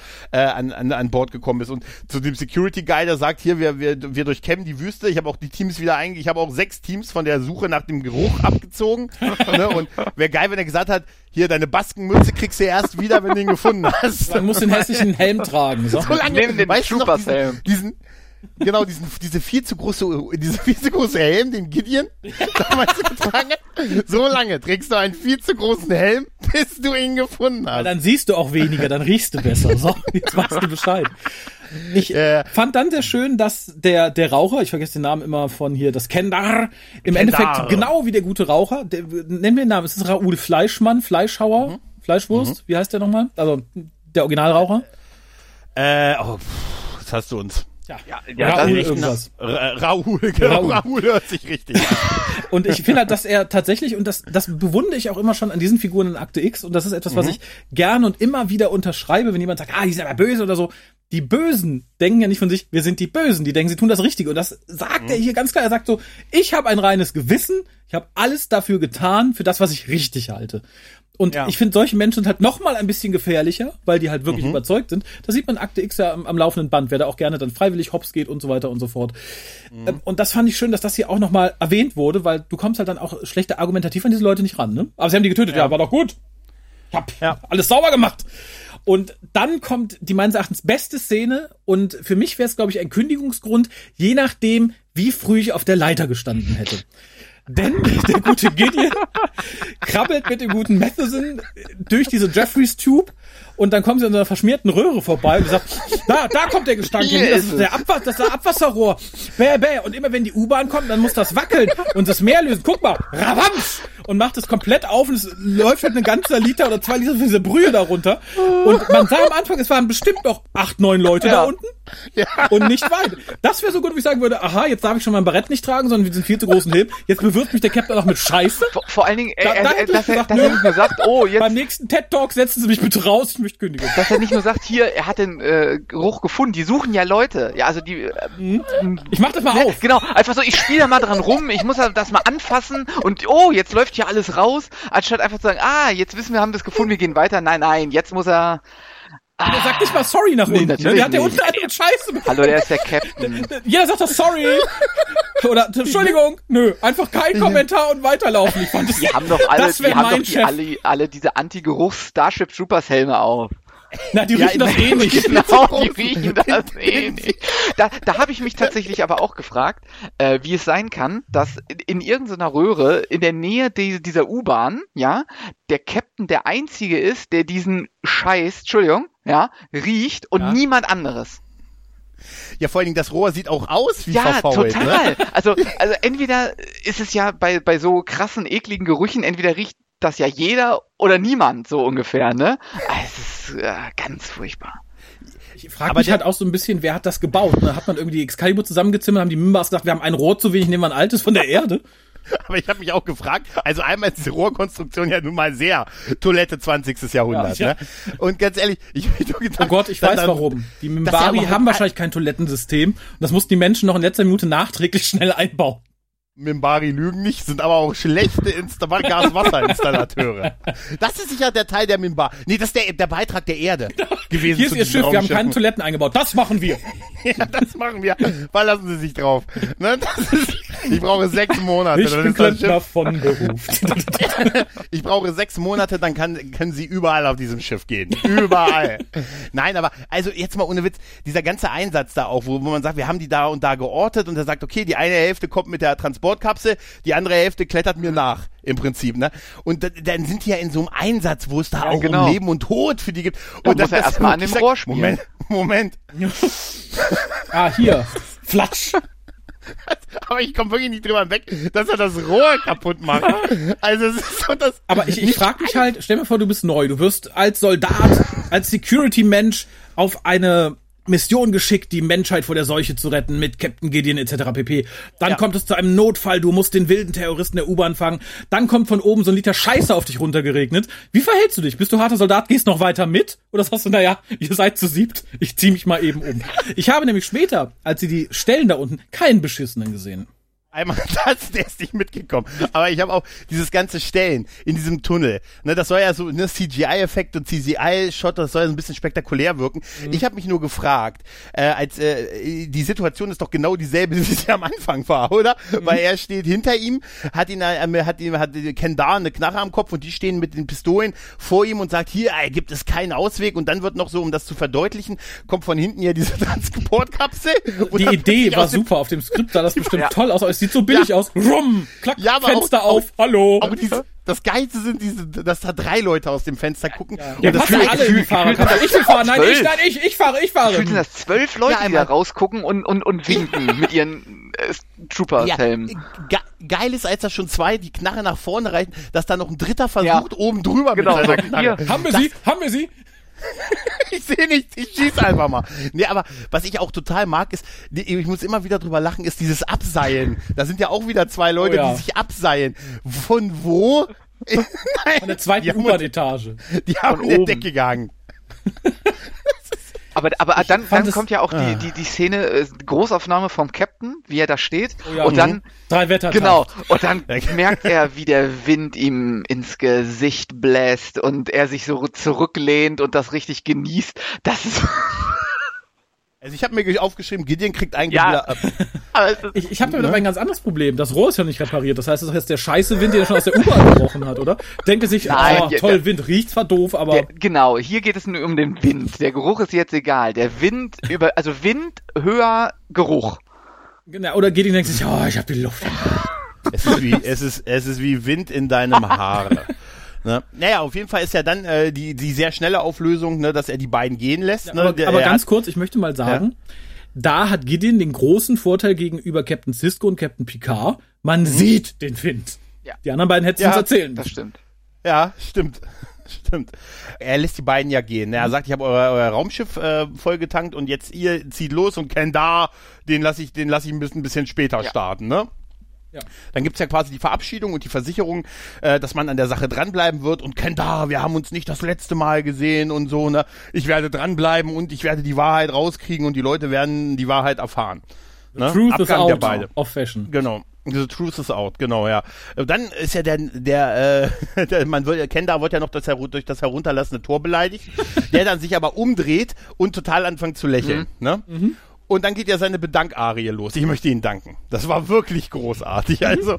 an Bord gekommen ist? Und zu dem Security Guy, der sagt, hier, wir durchkämmen die Wüste. Ich habe auch die Teams ich habe auch 6 Teams von der Suche nach dem Geruch abgezogen. Ne? Und wäre geil, wenn er gesagt hat, hier, deine Baskenmütze kriegst du erst wieder, wenn du ihn gefunden hast. Man muss den hässlichen Helm tragen. So lange, neben den Troopers-Helm. Genau, diese viel zu große Helm, den Gideon damals getragen hat. So lange trägst du einen viel zu großen Helm, bis du ihn gefunden hast. Ja, dann siehst du auch weniger, dann riechst du besser. So, jetzt weißt du Bescheid. Ich fand dann sehr schön, dass der Raucher, ich vergesse den Namen immer von hier, das Kendar, Endeffekt genau wie der gute Raucher, nennen wir den Namen, es ist Raoul Fleischmann, Fleischhauer, Fleischwurst, wie heißt der nochmal? Also, der Originalraucher. Das hast du uns. Ja, Raoul irgendwas. Raoul hört sich richtig an. Und ich finde halt, dass er tatsächlich, und das bewundere ich auch immer schon an diesen Figuren in Akte X, und das ist etwas, was ich gerne und immer wieder unterschreibe, wenn jemand sagt, die sind aber böse oder so. Die Bösen denken ja nicht von sich, wir sind die Bösen, die denken, sie tun das Richtige. Und das sagt er hier ganz klar. Er sagt so, ich habe ein reines Gewissen, ich habe alles dafür getan, für das, was ich richtig halte. Und ich finde, solche Menschen sind halt noch mal ein bisschen gefährlicher, weil die halt wirklich überzeugt sind. Das sieht man in Akte X ja am laufenden Band, wer da auch gerne dann freiwillig hops geht und so weiter und so fort. Und das fand ich schön, dass das hier auch noch mal erwähnt wurde, weil du kommst halt dann auch schlechter argumentativ an diese Leute nicht ran, ne? Aber sie haben die getötet, war doch gut. Ich hab alles sauber gemacht. Und dann kommt die meines Erachtens beste Szene, und für mich wäre es, glaube ich, ein Kündigungsgrund, je nachdem, wie früh ich auf der Leiter gestanden hätte. Denn der gute Gideon krabbelt mit dem guten Matheson durch diese Jeffreys Tube, und dann kommen sie an so einer verschmierten Röhre vorbei und sagt, da kommt der Gestank hin, das ist das Abwasserrohr. Bäh. Und immer wenn die U-Bahn kommt, dann muss das wackeln und das Meer lösen. Guck mal, Ravams! Und macht es komplett auf, und es läuft halt eine ganze Liter oder 2 Liter für diese Brühe darunter. Und man sah am Anfang, es waren bestimmt noch 8, 9 Leute da unten. Ja. Und nicht weit. Das wäre so gut, wie ich sagen würde, jetzt darf ich schon mein Barett nicht tragen, sondern wir sind viel zu großen Helm. Jetzt bewirft mich der Captain auch noch mit Scheiße. Vor allen Dingen, dass er nicht nur sagt, jetzt... Beim nächsten TED-Talk setzen Sie mich bitte raus, ich möchte kündigen. Dass er nicht nur sagt, hier, er hat den Geruch gefunden, die suchen ja Leute. Ja, also die... ich mach das mal auf. Genau, einfach so, ich spiele da mal dran rum, ich muss das mal anfassen und jetzt läuft hier alles raus, anstatt einfach zu sagen, jetzt wissen wir, haben das gefunden, wir gehen weiter. Nein, jetzt muss er... Der sagt nicht mal sorry nach unten. Der hat ja unten einen mit Scheiße. Hallo, der ist der Captain. Jeder sagt das sorry. Oder Entschuldigung. Nö, einfach kein Kommentar und weiterlaufen. Ich fand das, die haben doch alle diese Anti-Geruchs-Starship Troopers Helme auf. Na, die riechen das eh nicht. Genau, die riechen das eh nicht. Da habe ich mich tatsächlich aber auch gefragt, wie es sein kann, dass in irgendeiner Röhre in der Nähe dieser U-Bahn, der Captain der Einzige ist, der diesen Scheiß, riecht und niemand anderes. Ja, vor allen Dingen, das Rohr sieht auch aus wie verfault. Ja, total. Ne? Also entweder ist es ja bei so krassen, ekligen Gerüchen, entweder riecht das ja jeder oder niemand, so ungefähr, ne? Es ist ganz furchtbar. Ich frage mich halt auch so ein bisschen, wer hat das gebaut? Ne? Hat man irgendwie die Excalibur zusammengezimmert, haben die Mimbars gesagt, wir haben ein Rohr zu wenig, nehmen wir ein altes von der Erde? Aber ich habe mich auch gefragt, also einmal ist diese Rohrkonstruktion ja nun mal sehr Toilette 20. Jahrhundert. Ne? Und ganz ehrlich, ich oh Gott, ich weiß warum. Die Mimbari haben wahrscheinlich kein Toilettensystem, und das mussten die Menschen noch in letzter Minute nachträglich schnell einbauen. Mimbari lügen nicht, sind aber auch schlechte Gaswasserinstallateure. Das ist sicher der Teil der Mimbari. Nee, das ist der Beitrag der Erde gewesen. Hier ist ihr Schiff, wir haben keine Toiletten eingebaut. Das machen wir. Ja, das machen wir. Verlassen Sie sich drauf. Ne? Ich brauche 6 Monate. Ich bin Klempner von Beruf. Ich brauche 6 Monate, dann können Sie überall auf diesem Schiff gehen. Überall. Nein, aber also jetzt mal ohne Witz, dieser ganze Einsatz da auch, wo man sagt, wir haben die da und da geortet, und er sagt, okay, die eine Hälfte kommt mit der Transportkapsel, die andere Hälfte klettert mir nach, im Prinzip, ne? Und dann sind die ja in so einem Einsatz, wo es da auch um Leben und Tod für die gibt. Und muss er erstmal an dem Rohr spielen. Moment. Hier. Flatsch. Aber ich komme wirklich nicht drüber weg, dass er das Rohr kaputt macht. Also es ist so das. Aber ich frage mich halt, stell mir vor, du bist neu, du wirst als Soldat, als Security-Mensch auf eine Mission geschickt, die Menschheit vor der Seuche zu retten, mit Captain Gideon etc. pp. Dann kommt es zu einem Notfall, du musst den wilden Terroristen der U-Bahn fangen, dann kommt von oben so ein Liter Scheiße auf dich runtergeregnet. Wie verhältst du dich? Bist du harter Soldat, gehst noch weiter mit? Oder sagst du, ihr seid zu 7, ich zieh mich mal eben um. Ich habe nämlich später, als sie die Stellen da unten, keinen Beschissenen gesehen. Einmal das, der ist nicht mitgekommen. Aber ich habe auch dieses ganze Stellen in diesem Tunnel. Ne, das soll ja so CGI-Effekt und CGI-Shot, das soll ja so ein bisschen spektakulär wirken. Ich habe mich nur gefragt, die Situation ist doch genau dieselbe, wie sie am Anfang war, oder? Weil er steht hinter ihm, hat Kendar eine Knarre am Kopf und die stehen mit den Pistolen vor ihm und sagt, hier gibt es keinen Ausweg. Und dann wird noch so, um das zu verdeutlichen, kommt von hinten ja diese Transportkapsel. Die Idee war super. Auf dem Skript sah das bestimmt toll aus. Es sieht so billig aus. Rum, klack, Fenster auf, hallo. Aber das Geilste sind dass da 3 Leute aus dem Fenster gucken. Ja, und das passen alle in die Fahrerkarte. Ich will fahren, nein, ich fahre. Fühlen das 12 Leute, die da rausgucken und winken mit ihren Trooper-Helmen. Geil ist, als da schon 2 die Knarre nach vorne reichen, dass da noch ein dritter versucht, oben drüber mit seiner Knarre. Haben wir sie? Ich sehe nichts, ich schieß einfach mal. Nee, aber was ich auch total mag, ist, ich muss immer wieder drüber lachen, ist dieses Abseilen. Da sind ja auch wieder 2 Leute, die sich abseilen. Von wo? Von der zweiten U-Bahn-Etage. Die haben in der Decke gehangen. Aber dann kommt ja auch die Szene, Großaufnahme vom Captain, wie er da steht. Oh ja, und dann 3 Wettertaft. Genau. Und dann merkt er, wie der Wind ihm ins Gesicht bläst und er sich so zurücklehnt und das richtig genießt. Das ist Also ich habe mir aufgeschrieben, Gideon kriegt eigentlich wieder ab. Ich habe damit aber ein ganz anderes Problem. Das Rohr ist ja nicht repariert. Das heißt, das ist jetzt der scheiße Wind, den er schon aus der U-Bahn gebrochen hat, oder? Denkt er sich, toll, Wind riecht zwar doof, aber... Genau, hier geht es nur um den Wind. Der Geruch ist jetzt egal. Der Wind, Wind, höher, Geruch. Genau, oder Gideon denkt sich, ich habe die Luft. Es ist wie Wind in deinem Haar. Ne? Naja, auf jeden Fall ist ja dann die sehr schnelle Auflösung, ne, dass er die beiden gehen lässt. Ja, ne? aber ganz kurz, ich möchte mal sagen, da hat Gideon den großen Vorteil gegenüber Captain Sisko und Captain Picard. Man sieht den Wind. Ja. Die anderen beiden hätten es uns erzählen. Das stimmt. Ja, stimmt. Er lässt die beiden ja gehen. Er sagt, ich habe euer Raumschiff vollgetankt und jetzt ihr zieht los und Kendar, den lasse ich ein bisschen später starten, ne? Ja. Dann gibt's ja quasi die Verabschiedung und die Versicherung, dass man an der Sache dranbleiben wird und Kendar, wir haben uns nicht das letzte Mal gesehen und so, ne? Ich werde dranbleiben und ich werde die Wahrheit rauskriegen und die Leute werden die Wahrheit erfahren. Ne? Truth is out of fashion. Genau. The truth is out, genau, ja. Dann ist ja Kendar wird ja noch durch das herunterlassene Tor beleidigt, der dann sich aber umdreht und total anfängt zu lächeln, ne? Mhm. Und dann geht ja seine Bedankarie los. Ich möchte Ihnen danken. Das war wirklich großartig. Also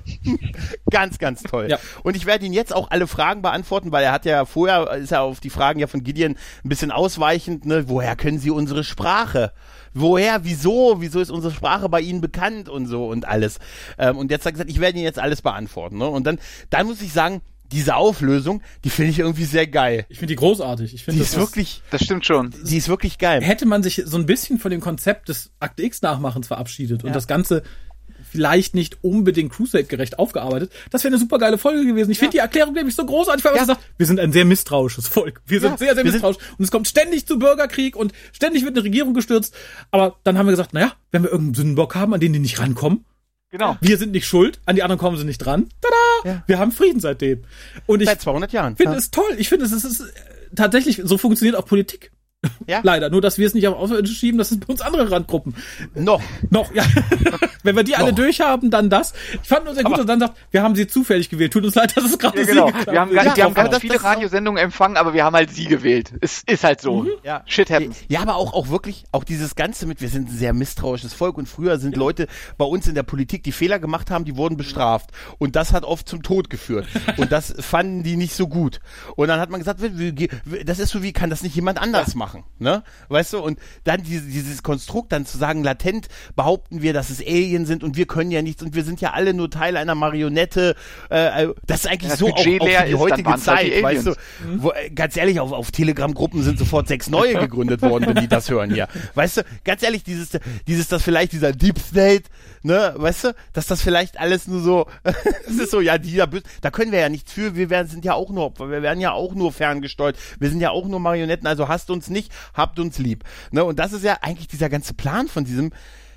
ganz, ganz toll. Ja. Und ich werde Ihnen jetzt auch alle Fragen beantworten, weil er hat ja vorher, ist er auf die Fragen ja von Gideon ein bisschen ausweichend, ne? Woher können Sie unsere Sprache? Woher, wieso ist unsere Sprache bei Ihnen bekannt und so und alles. Und jetzt hat er gesagt, ich werde Ihnen jetzt alles beantworten. Ne? Und dann muss ich sagen, diese Auflösung, die finde ich irgendwie sehr geil. Ich finde die großartig. Ich finde das stimmt schon. Die ist wirklich geil. Hätte man sich so ein bisschen von dem Konzept des Akte X Nachmachens verabschiedet und das Ganze vielleicht nicht unbedingt Crusade-gerecht aufgearbeitet, das wäre eine super geile Folge gewesen. Ich finde die Erklärung nämlich so großartig, weil man sagt, wir sind ein sehr misstrauisches Volk. Wir sind sehr, sehr misstrauisch. Und es kommt ständig zu Bürgerkrieg und ständig wird eine Regierung gestürzt. Aber dann haben wir gesagt, wenn wir irgendeinen Sündenbock haben, an den die nicht rankommen, genau. Wir sind nicht schuld, an die anderen kommen sie nicht dran. Tada! Ja. Wir haben Frieden seitdem. Und seit 200 Jahren. Ich finde es toll. Ich finde, es ist tatsächlich, so funktioniert auch Politik. Ja. Leider. Nur, dass wir es nicht auf Außerirdische schieben, das sind bei uns andere Randgruppen. Noch, ja. Wenn wir die alle durchhaben, dann das. Ich fand nur sehr gut, dass er dann sagt, wir haben sie zufällig gewählt. Tut uns leid, dass es gerade Sie geklappt. Wir haben ganz viele Radiosendungen empfangen, aber wir haben halt sie gewählt. Es ist halt so. Ja. Shit happens. Ja, aber auch wirklich, auch dieses Ganze mit, wir sind ein sehr misstrauisches Volk und früher sind Leute bei uns in der Politik, die Fehler gemacht haben, die wurden bestraft. Und das hat oft zum Tod geführt. Und das fanden die nicht so gut. Und dann hat man gesagt, das ist so, wie kann das nicht jemand anders machen? Ne? Weißt du, und dann dieses Konstrukt dann zu sagen, latent behaupten wir, dass es Alien sind und wir können ja nichts und wir sind ja alle nur Teil einer Marionette, das ist eigentlich so auch für die heutige Zeit, weißt du, wo, ganz ehrlich, auf Telegram-Gruppen sind sofort 6 neue gegründet worden, wenn die das hören hier, weißt du, ganz ehrlich, dass vielleicht dieser Deep State, ne, weißt du, dass das vielleicht alles nur so, es ist so, da können wir ja nichts für, wir sind ja auch nur Opfer, wir werden ja auch nur ferngesteuert, wir sind ja auch nur Marionetten, also hasst uns nicht, habt uns lieb. Ne? Und das ist ja eigentlich dieser ganze Plan von diesem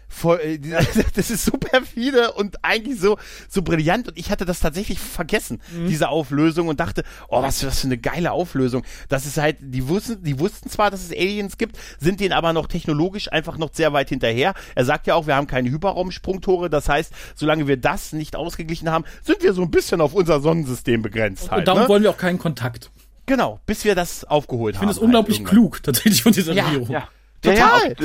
Das ist so perfide und eigentlich so brillant und ich hatte das tatsächlich vergessen, diese Auflösung und dachte, was für eine geile Auflösung. Das ist halt, die wussten zwar, dass es Aliens gibt, sind denen aber noch technologisch einfach noch sehr weit hinterher. Er sagt ja auch, wir haben keine Hyperraumsprungtore, das heißt, solange wir das nicht ausgeglichen haben, sind wir so ein bisschen auf unser Sonnensystem begrenzt halt. Und darum wollen wir auch keinen Kontakt. Genau, bis wir das aufgeholt haben. Ich finde es unglaublich klug, tatsächlich von dieser Regierung. Ja. Total.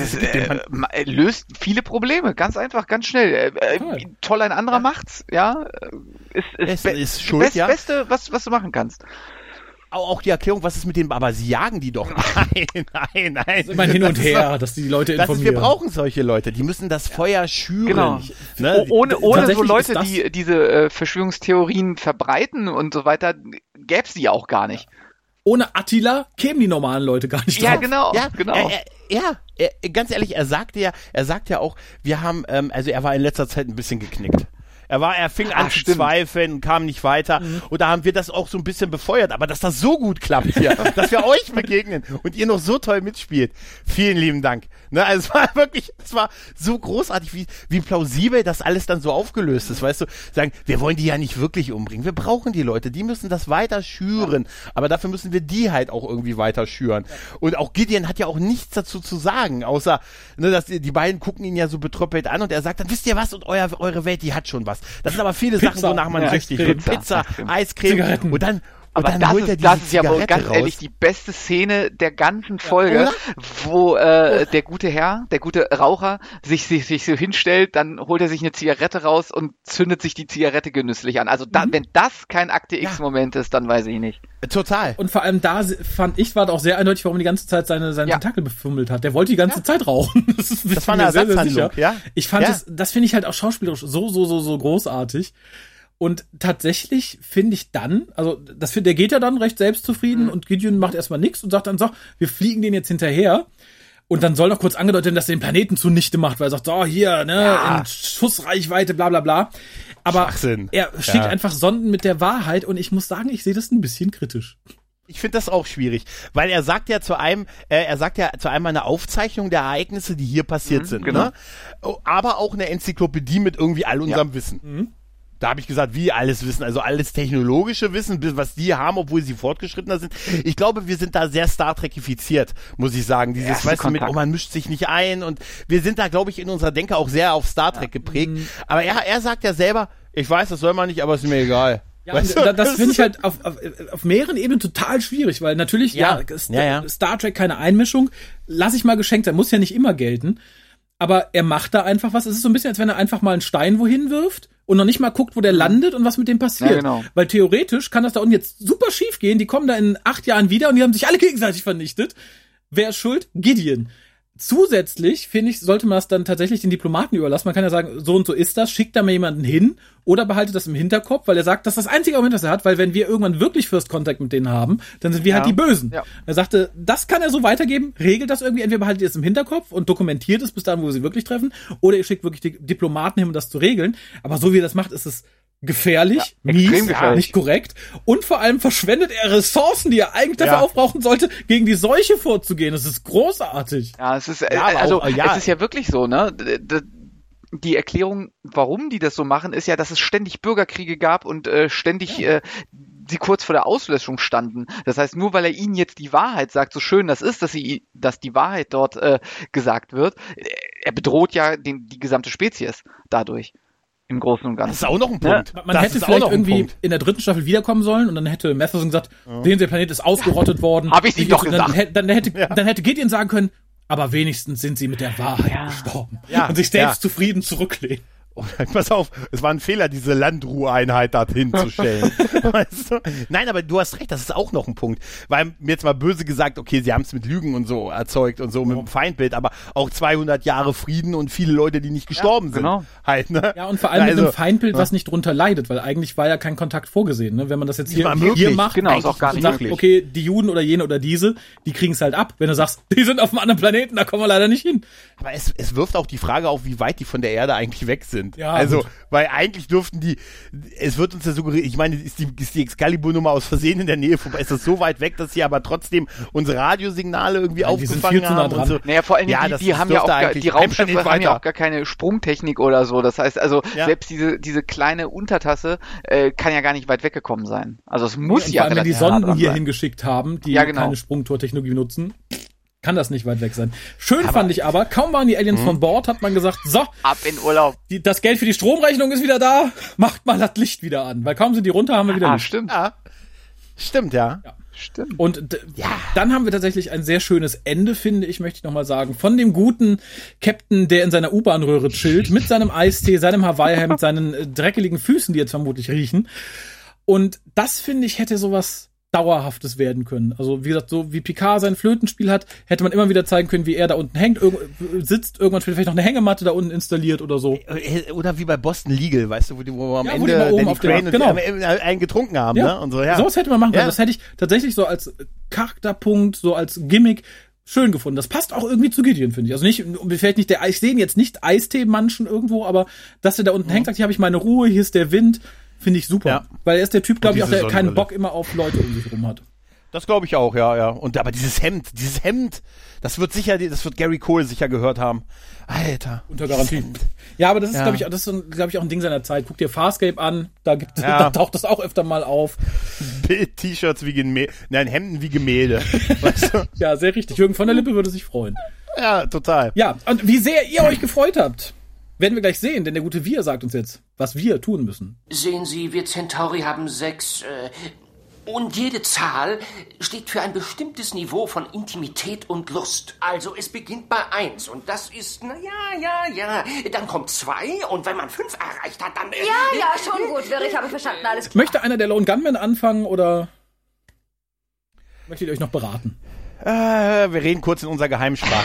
Löst viele Probleme, ganz einfach, ganz schnell. Toll, ein anderer macht's, ja. Ist schuld, das Beste, was du machen kannst. Auch die Erklärung, was ist mit dem, aber sie jagen die doch. Nein. Das ist immer hin und her, dass die Leute informieren. Wir brauchen solche Leute, die müssen das Feuer schüren. Genau. Ne? Ohne so Leute, die diese Verschwörungstheorien verbreiten und so weiter, gäb's die auch gar nicht. Ohne Attila kämen die normalen Leute gar nicht drauf. Ja, genau. Ganz ehrlich, er sagt ja auch, wir haben, also er war in letzter Zeit ein bisschen geknickt. Er fing an zu zweifeln und kam nicht weiter. Und da haben wir das auch so ein bisschen befeuert. Aber dass das so gut klappt hier, dass wir euch begegnen und ihr noch so toll mitspielt. Vielen lieben Dank. Ne, also es war so großartig, wie plausibel das alles dann so aufgelöst ist. Weißt du, sagen, wir wollen die ja nicht wirklich umbringen. Wir brauchen die Leute. Die müssen das weiter schüren. Aber dafür müssen wir die halt auch irgendwie weiter schüren. Und auch Gideon hat ja auch nichts dazu zu sagen, außer, ne, dass die beiden gucken ihn ja so betröppelt an und er sagt dann, wisst ihr was? Und eure Welt, die hat schon was. Das sind aber viele Sachen, wonach man süchtig wird. Pizza, Eiscreme Zigaretten. und dann das holt er ist ja wohl Zigarette ganz raus. ehrlich die beste Szene der ganzen Folge, wo der gute Herr, der gute Raucher sich so hinstellt, dann holt er sich eine Zigarette raus und zündet sich die Zigarette genüsslich an. Also wenn das kein Akte X-Moment ist, dann weiß ich nicht. Total. Und vor allem da fand ich, war auch sehr eindeutig, warum er die ganze Zeit seine Tentakel befummelt hat. Der wollte die ganze Zeit rauchen. Das war eine Ersatzhandlung, ja? Ich fand das finde ich halt auch schauspielerisch so großartig. Und tatsächlich finde ich dann, also der geht ja dann recht selbstzufrieden und Gideon macht erstmal nichts und sagt dann so, wir fliegen den jetzt hinterher. Und dann soll noch kurz angedeutet werden, dass er den Planeten zunichte macht, weil er sagt, so hier, in Schussreichweite, bla bla bla. Aber er schickt einfach Sonden mit der Wahrheit und ich muss sagen, ich sehe das ein bisschen kritisch. Ich finde das auch schwierig, weil er sagt ja zu einem eine Aufzeichnung der Ereignisse, die hier passiert sind, genau. Ne? Aber auch eine Enzyklopädie mit irgendwie all unserem Wissen. Da habe ich gesagt, wie alles Wissen, also alles technologische Wissen, was die haben, obwohl sie fortgeschrittener sind. Ich glaube, wir sind da sehr Star Trekifiziert, muss ich sagen. Dieses, weißt du, man mischt sich nicht ein und wir sind da, glaube ich, in unserer Denke auch sehr auf Star Trek geprägt. Aber er sagt ja selber, ich weiß, das soll man nicht, aber ist mir egal. Ja, weißt du? Das finde ich halt auf mehreren Ebenen total schwierig, weil natürlich, Star Trek keine Einmischung, lass ich mal geschenkt sein, muss ja nicht immer gelten. Aber er macht da einfach was. Es ist so ein bisschen, als wenn er einfach mal einen Stein wohin wirft und noch nicht mal guckt, wo der landet und was mit dem passiert. Ja, genau. Weil theoretisch kann das da unten jetzt super schief gehen. Die kommen da in 8 Jahren wieder und die haben sich alle gegenseitig vernichtet. Wer ist schuld? Gideon. Zusätzlich, finde ich, sollte man das dann tatsächlich den Diplomaten überlassen. Man kann ja sagen, so und so ist das, schickt da mal jemanden hin oder behaltet das im Hinterkopf, weil er sagt, das ist das einzige Argument, das er hat, weil wenn wir irgendwann wirklich First Contact mit denen haben, dann sind wir halt die Bösen. Ja. Er sagte, das kann er so weitergeben, regelt das irgendwie, entweder behaltet ihr es im Hinterkopf und dokumentiert es bis dahin, wo wir sie wirklich treffen, oder ihr schickt wirklich die Diplomaten hin, um das zu regeln. Aber so wie er das macht, ist es gefährlich, mies, nicht korrekt und vor allem verschwendet er Ressourcen, die er eigentlich dafür aufbrauchen sollte, gegen die Seuche vorzugehen. Das ist großartig. Ja, es ist es ist ja wirklich so, ne? Die Erklärung, warum die das so machen, ist ja, dass es ständig Bürgerkriege gab und ständig sie kurz vor der Auslöschung standen. Das heißt, nur weil er ihnen jetzt die Wahrheit sagt, so schön das ist, dass die Wahrheit dort gesagt wird, er bedroht ja die gesamte Spezies dadurch. Im Großen und Ganzen. Das ist auch noch ein Punkt. Man hätte vielleicht irgendwie in der 3. Staffel wiederkommen sollen und dann hätte Matheson gesagt, sehen Sie, der Planet ist ausgerottet worden. Hab ich nicht doch gesagt. Dann hätte Gideon sagen können, aber wenigstens sind sie mit der Wahrheit gestorben. Ja, und sich selbst zufrieden zurücklehnen. Oh, pass auf, es war ein Fehler, diese Landruhe-Einheit dorthin zu stellen. Weißt du? Nein, aber du hast recht, das ist auch noch ein Punkt. Weil mir jetzt mal böse gesagt, okay, sie haben es mit Lügen und so erzeugt und so mit dem Feindbild, aber auch 200 Jahre Frieden und viele Leute, die nicht gestorben sind. Halt, ne? Ja, und vor allem mit einem Feindbild, was nicht drunter leidet, weil eigentlich war ja kein Kontakt vorgesehen. Ne? Wenn man das jetzt hier macht, ist auch gar nicht sagt, okay, die Juden oder jene oder diese, die kriegen es halt ab. Wenn du sagst, die sind auf einem anderen Planeten, da kommen wir leider nicht hin. Aber es wirft auch die Frage auf, wie weit die von der Erde eigentlich weg sind. sind. Ja, also, gut. weil eigentlich dürften es wird uns ja suggeriert, ich meine, ist die Excalibur-Nummer aus Versehen in der Nähe vorbei, ist das so weit weg, dass sie aber trotzdem unsere Radiosignale irgendwie aufgefangen haben und so. Naja, vor allem, die haben ja auch, die Raumschiffe haben ja auch gar keine Sprungtechnik oder so. Das heißt also, selbst diese kleine Untertasse kann ja gar nicht weit weggekommen sein. Also es muss ja wenn die Sonden hier sein. Hingeschickt haben, die Ja, genau. keine Sprungtortechnologie benutzen, kann das nicht weit weg sein. Schön fand ich aber, kaum waren die Aliens von Bord, hat man gesagt, so, ab in Urlaub. Das Geld für die Stromrechnung ist wieder da, macht mal das Licht wieder an. Weil kaum sind die runter, haben wir wieder Licht. Stimmt. Ja. Stimmt, ja. Stimmt. Und dann haben wir tatsächlich ein sehr schönes Ende, finde ich, möchte ich nochmal sagen, von dem guten Captain, der in seiner U-Bahn-Röhre chillt, mit seinem Eistee, seinem Hawaii-Hemd, seinen dreckeligen Füßen, die jetzt vermutlich riechen. Und das, finde ich, hätte sowas Dauerhaftes werden können. Also wie gesagt, so wie Picard sein Flötenspiel hat, hätte man immer wieder zeigen können, wie er da unten hängt, sitzt, irgendwann vielleicht noch eine Hängematte da unten installiert oder so. Oder wie bei Boston Legal, weißt du, wo am Ende Danny Crane einen getrunken haben, ne? Und so, ja. Sowas hätte man machen können. Das hätte ich tatsächlich so als Charakterpunkt, so als Gimmick schön gefunden. Das passt auch irgendwie zu Gideon, finde ich. Also nicht, vielleicht nicht ich sehe ihn jetzt nicht Eistee-Manchen irgendwo, aber dass er da unten hängt, sagt, hier habe ich meine Ruhe, hier ist der Wind. Finde ich super. Ja. Weil er ist der Typ, glaube ich, auch, der keinen Bock immer auf Leute um sich rum hat. Das glaube ich auch, ja. Und aber dieses Hemd, das wird Gary Cole sicher gehört haben. Alter. Unter Garantie. Ja, aber das ist, glaube ich, auch ein Ding seiner Zeit. Guck dir Farscape an, da taucht das auch öfter mal auf. T-Shirts wie Hemden wie Gemälde. Weißt du? Ja, sehr richtig. Jürgen von der Lippe würde sich freuen. Ja, total. Ja, und wie sehr ihr euch gefreut habt, werden wir gleich sehen, denn der gute Wir sagt uns jetzt, was wir tun müssen. Sehen Sie, wir Centauri haben 6, und jede Zahl steht für ein bestimmtes Niveau von Intimität und Lust. Also es beginnt bei 1 und das ist, ja. Dann kommt 2 und wenn man 5 erreicht hat, dann... Ja, schon gut, ich habe verstanden, alles klar. Möchte einer der Lone Gunmen anfangen oder möchtet ihr euch noch beraten? Wir reden kurz in unserer Geheimsprache.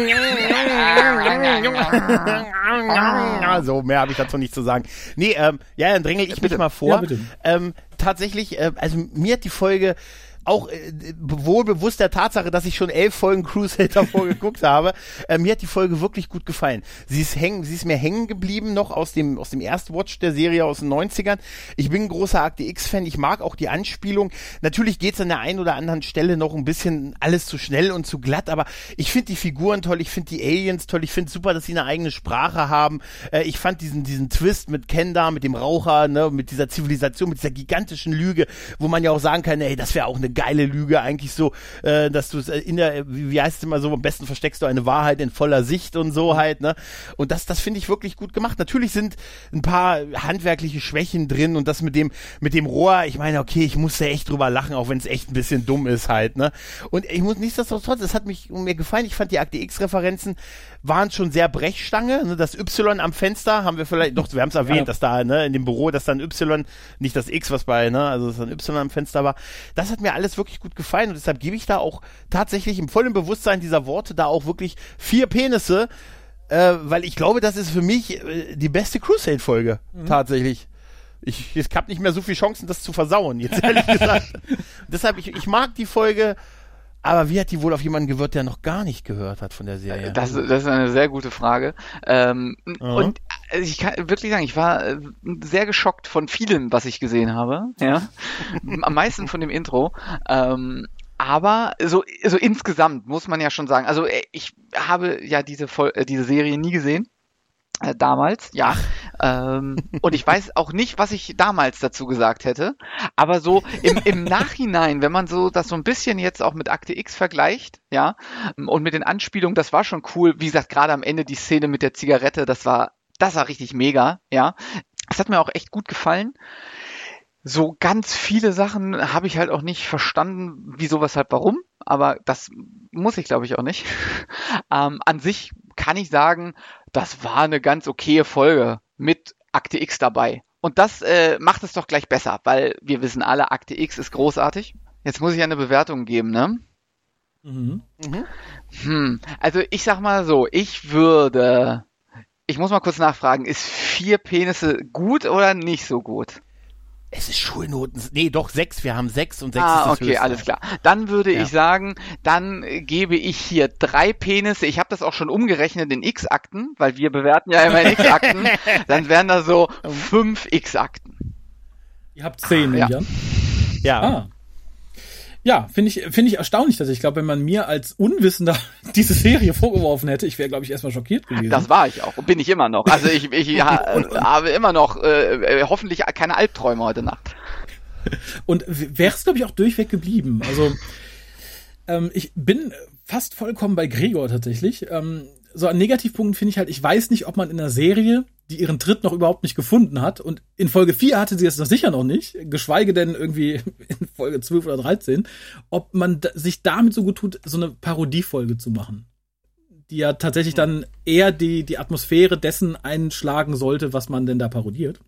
So, mehr habe ich dazu nicht zu sagen. Nee, dann drängel ich mich mal vor. Ja, bitte. Tatsächlich, also mir hat die Folge auch wohl bewusst der Tatsache, dass ich schon 11 Folgen Crusade davor geguckt habe, mir hat die Folge wirklich gut gefallen. Sie ist mir hängen geblieben noch aus dem Erstwatch der Serie aus den 90ern. Ich bin ein großer Akte X-Fan, ich mag auch die Anspielung. Natürlich geht's an der einen oder anderen Stelle noch ein bisschen alles zu schnell und zu glatt, aber ich finde die Figuren toll, ich finde die Aliens toll, ich finde super, dass sie eine eigene Sprache haben. Ich fand diesen Twist mit Ken da, mit dem Raucher, ne, mit dieser Zivilisation, mit dieser gigantischen Lüge, wo man ja auch sagen kann, ey, das wäre auch eine geile Lüge eigentlich so, dass du es wie heißt es immer so, am besten versteckst du eine Wahrheit in voller Sicht und so halt, ne? Und das finde ich wirklich gut gemacht. Natürlich sind ein paar handwerkliche Schwächen drin und das mit dem Rohr, ich meine, okay, ich musste echt drüber lachen, auch wenn es echt ein bisschen dumm ist halt, ne? Und ich muss nichtsdestotrotz, es hat mir gefallen, ich fand die Akte X-Referenzen waren schon sehr Brechstange, ne? Das Y am Fenster haben wir vielleicht, doch, wir haben es erwähnt, dass da, ne, in dem Büro, dass da ein Y, nicht das X, was bei, ne, also dass da ein Y am Fenster war. Das hat mir alles wirklich gut gefallen und deshalb gebe ich da auch tatsächlich im vollen Bewusstsein dieser Worte da auch wirklich 4 Penisse, weil ich glaube, das ist für mich die beste Crusade-Folge, tatsächlich. Ich habe nicht mehr so viele Chancen, das zu versauen, jetzt ehrlich gesagt. Deshalb, ich mag die Folge, aber wie hat die wohl auf jemanden gewirkt, der noch gar nicht gehört hat von der Serie? Das ist eine sehr gute Frage. Und ich kann wirklich sagen, ich war sehr geschockt von vielem, was ich gesehen habe. Ja, am meisten von dem Intro. Aber so insgesamt muss man ja schon sagen, also ich habe ja diese Serie nie gesehen. Damals, ja. Und ich weiß auch nicht, was ich damals dazu gesagt hätte. Aber so im Nachhinein, wenn man so das so ein bisschen jetzt auch mit Akte X vergleicht, ja, und mit den Anspielungen, das war schon cool. Wie gesagt, gerade am Ende die Szene mit der Zigarette, das war richtig mega, ja. Das hat mir auch echt gut gefallen. So ganz viele Sachen habe ich halt auch nicht verstanden, wieso, weshalb, warum. Aber das muss ich, glaube ich, auch nicht. An sich kann ich sagen, das war eine ganz okaye Folge mit Akte X dabei. Und das macht es doch gleich besser, weil wir wissen alle, Akte X ist großartig. Jetzt muss ich eine Bewertung geben, ne? Also ich sag mal so, ich muss mal kurz nachfragen, ist 4 Penisse gut oder nicht so gut? Es ist Schulnoten. Nee, doch 6. Wir haben 6 und 6 ist das okay, höchste. alles klar. Dann würde ich sagen, dann gebe ich hier 3 Penisse. Ich habe das auch schon umgerechnet in X-Akten, weil wir bewerten ja immer in X-Akten. Dann wären da so 5 X-Akten. Ihr habt 10, nehme ich an. Ja. Ja, finde ich erstaunlich, dass ich glaube, wenn man mir als Unwissender diese Serie vorgeworfen hätte, ich wäre, glaube ich, erstmal schockiert gewesen. Das war ich auch und bin ich immer noch. Also ich habe immer noch hoffentlich keine Albträume heute Nacht. Und wäre es, glaube ich, auch durchweg geblieben. Also ich bin fast vollkommen bei Gregor tatsächlich. So an Negativpunkten finde ich halt, ich weiß nicht, ob man in einer Serie, die ihren Tritt noch überhaupt nicht gefunden hat, und in Folge 4 hatte sie es noch sicher noch nicht, geschweige denn irgendwie in Folge 12 oder 13, ob man sich damit so gut tut, so eine Parodiefolge zu machen, die ja tatsächlich dann eher die Atmosphäre dessen einschlagen sollte, was man denn da parodiert.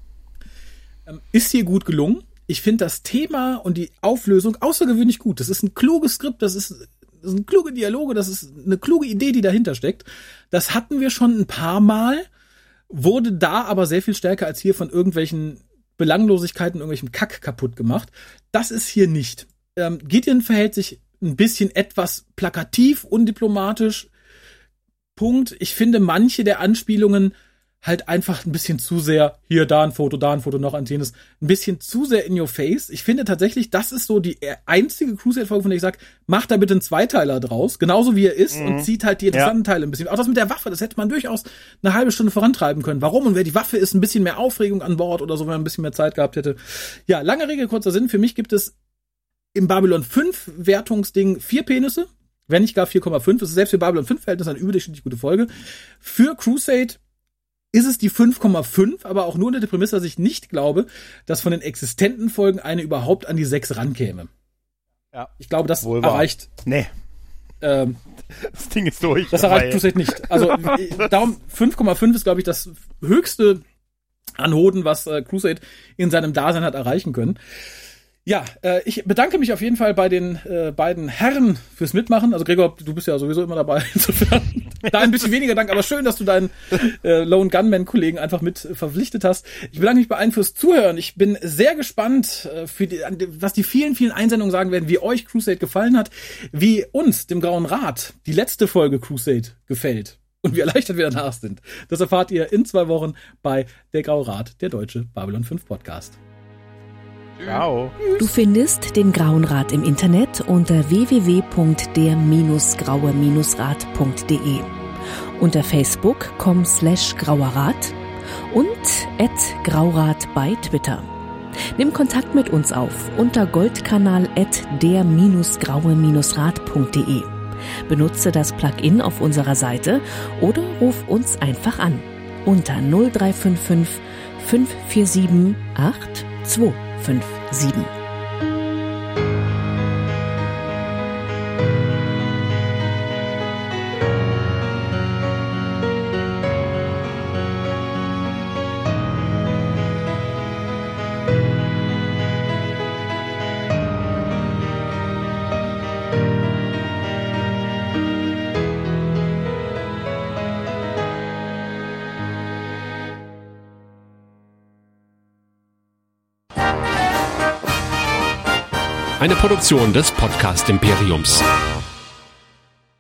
Ist hier gut gelungen. Ich finde das Thema und die Auflösung außergewöhnlich gut. Das ist ein kluges Skript, das sind kluge Dialoge, das ist eine kluge Idee, die dahinter steckt. Das hatten wir schon ein paar Mal, wurde da aber sehr viel stärker als hier von irgendwelchen Belanglosigkeiten, irgendwelchem Kack kaputt gemacht. Das ist hier nicht. Gideon verhält sich ein bisschen etwas plakativ, undiplomatisch. Punkt. Ich finde manche der Anspielungen halt einfach ein bisschen zu sehr, hier, da ein Foto, noch ein jenes, ein bisschen zu sehr in your face. Ich finde tatsächlich, das ist so die einzige Crusade-Folge, von der ich sage, macht da bitte einen Zweiteiler draus, genauso wie er ist, und zieht halt die interessanten Teile ein bisschen. Auch das mit der Waffe, das hätte man durchaus eine halbe Stunde vorantreiben können. Warum und wer die Waffe ist, ein bisschen mehr Aufregung an Bord oder so, wenn man ein bisschen mehr Zeit gehabt hätte. Ja, lange Rede, kurzer Sinn. Für mich gibt es im Babylon 5 Wertungsding 4 Penisse, wenn nicht gar 4,5. Das ist selbst für Babylon 5 Verhältnis eine überdurchschnittlich gute Folge. Für Crusade ist es die 5,5, aber auch nur unter der Prämisse, dass ich nicht glaube, dass von den existenten Folgen eine überhaupt an die 6 rankäme. Ja. Ich glaube, das erreicht... Nee. Das Ding ist durch. Das erreicht Crusade nicht. Also darum 5,5 ist, glaube ich, das höchste an Hoden, was Crusade in seinem Dasein hat erreichen können. Ja, ich bedanke mich auf jeden Fall bei den beiden Herren fürs Mitmachen. Also Gregor, du bist ja sowieso immer dabei. Insofern da ein bisschen weniger Dank, aber schön, dass du deinen Lone Gunman-Kollegen einfach mit verpflichtet hast. Ich bedanke mich bei allen fürs Zuhören. Ich bin sehr gespannt, was die vielen, vielen Einsendungen sagen werden, wie euch Crusade gefallen hat, wie uns, dem Grauen Rat, die letzte Folge Crusade gefällt und wie erleichtert wir danach sind. Das erfahrt ihr in 2 Wochen bei Der Graue Rat, der deutsche Babylon 5 Podcast. Ciao. Du findest den Grauen Rat im Internet unter www.der-graue-rat.de, unter facebook.com/grauerrat und @graurat bei Twitter. Nimm Kontakt mit uns auf unter goldkanal @der-graue-rat.de. Benutze das Plugin auf unserer Seite oder ruf uns einfach an unter 0355 547 8257. Eine Produktion des Podcast Imperiums.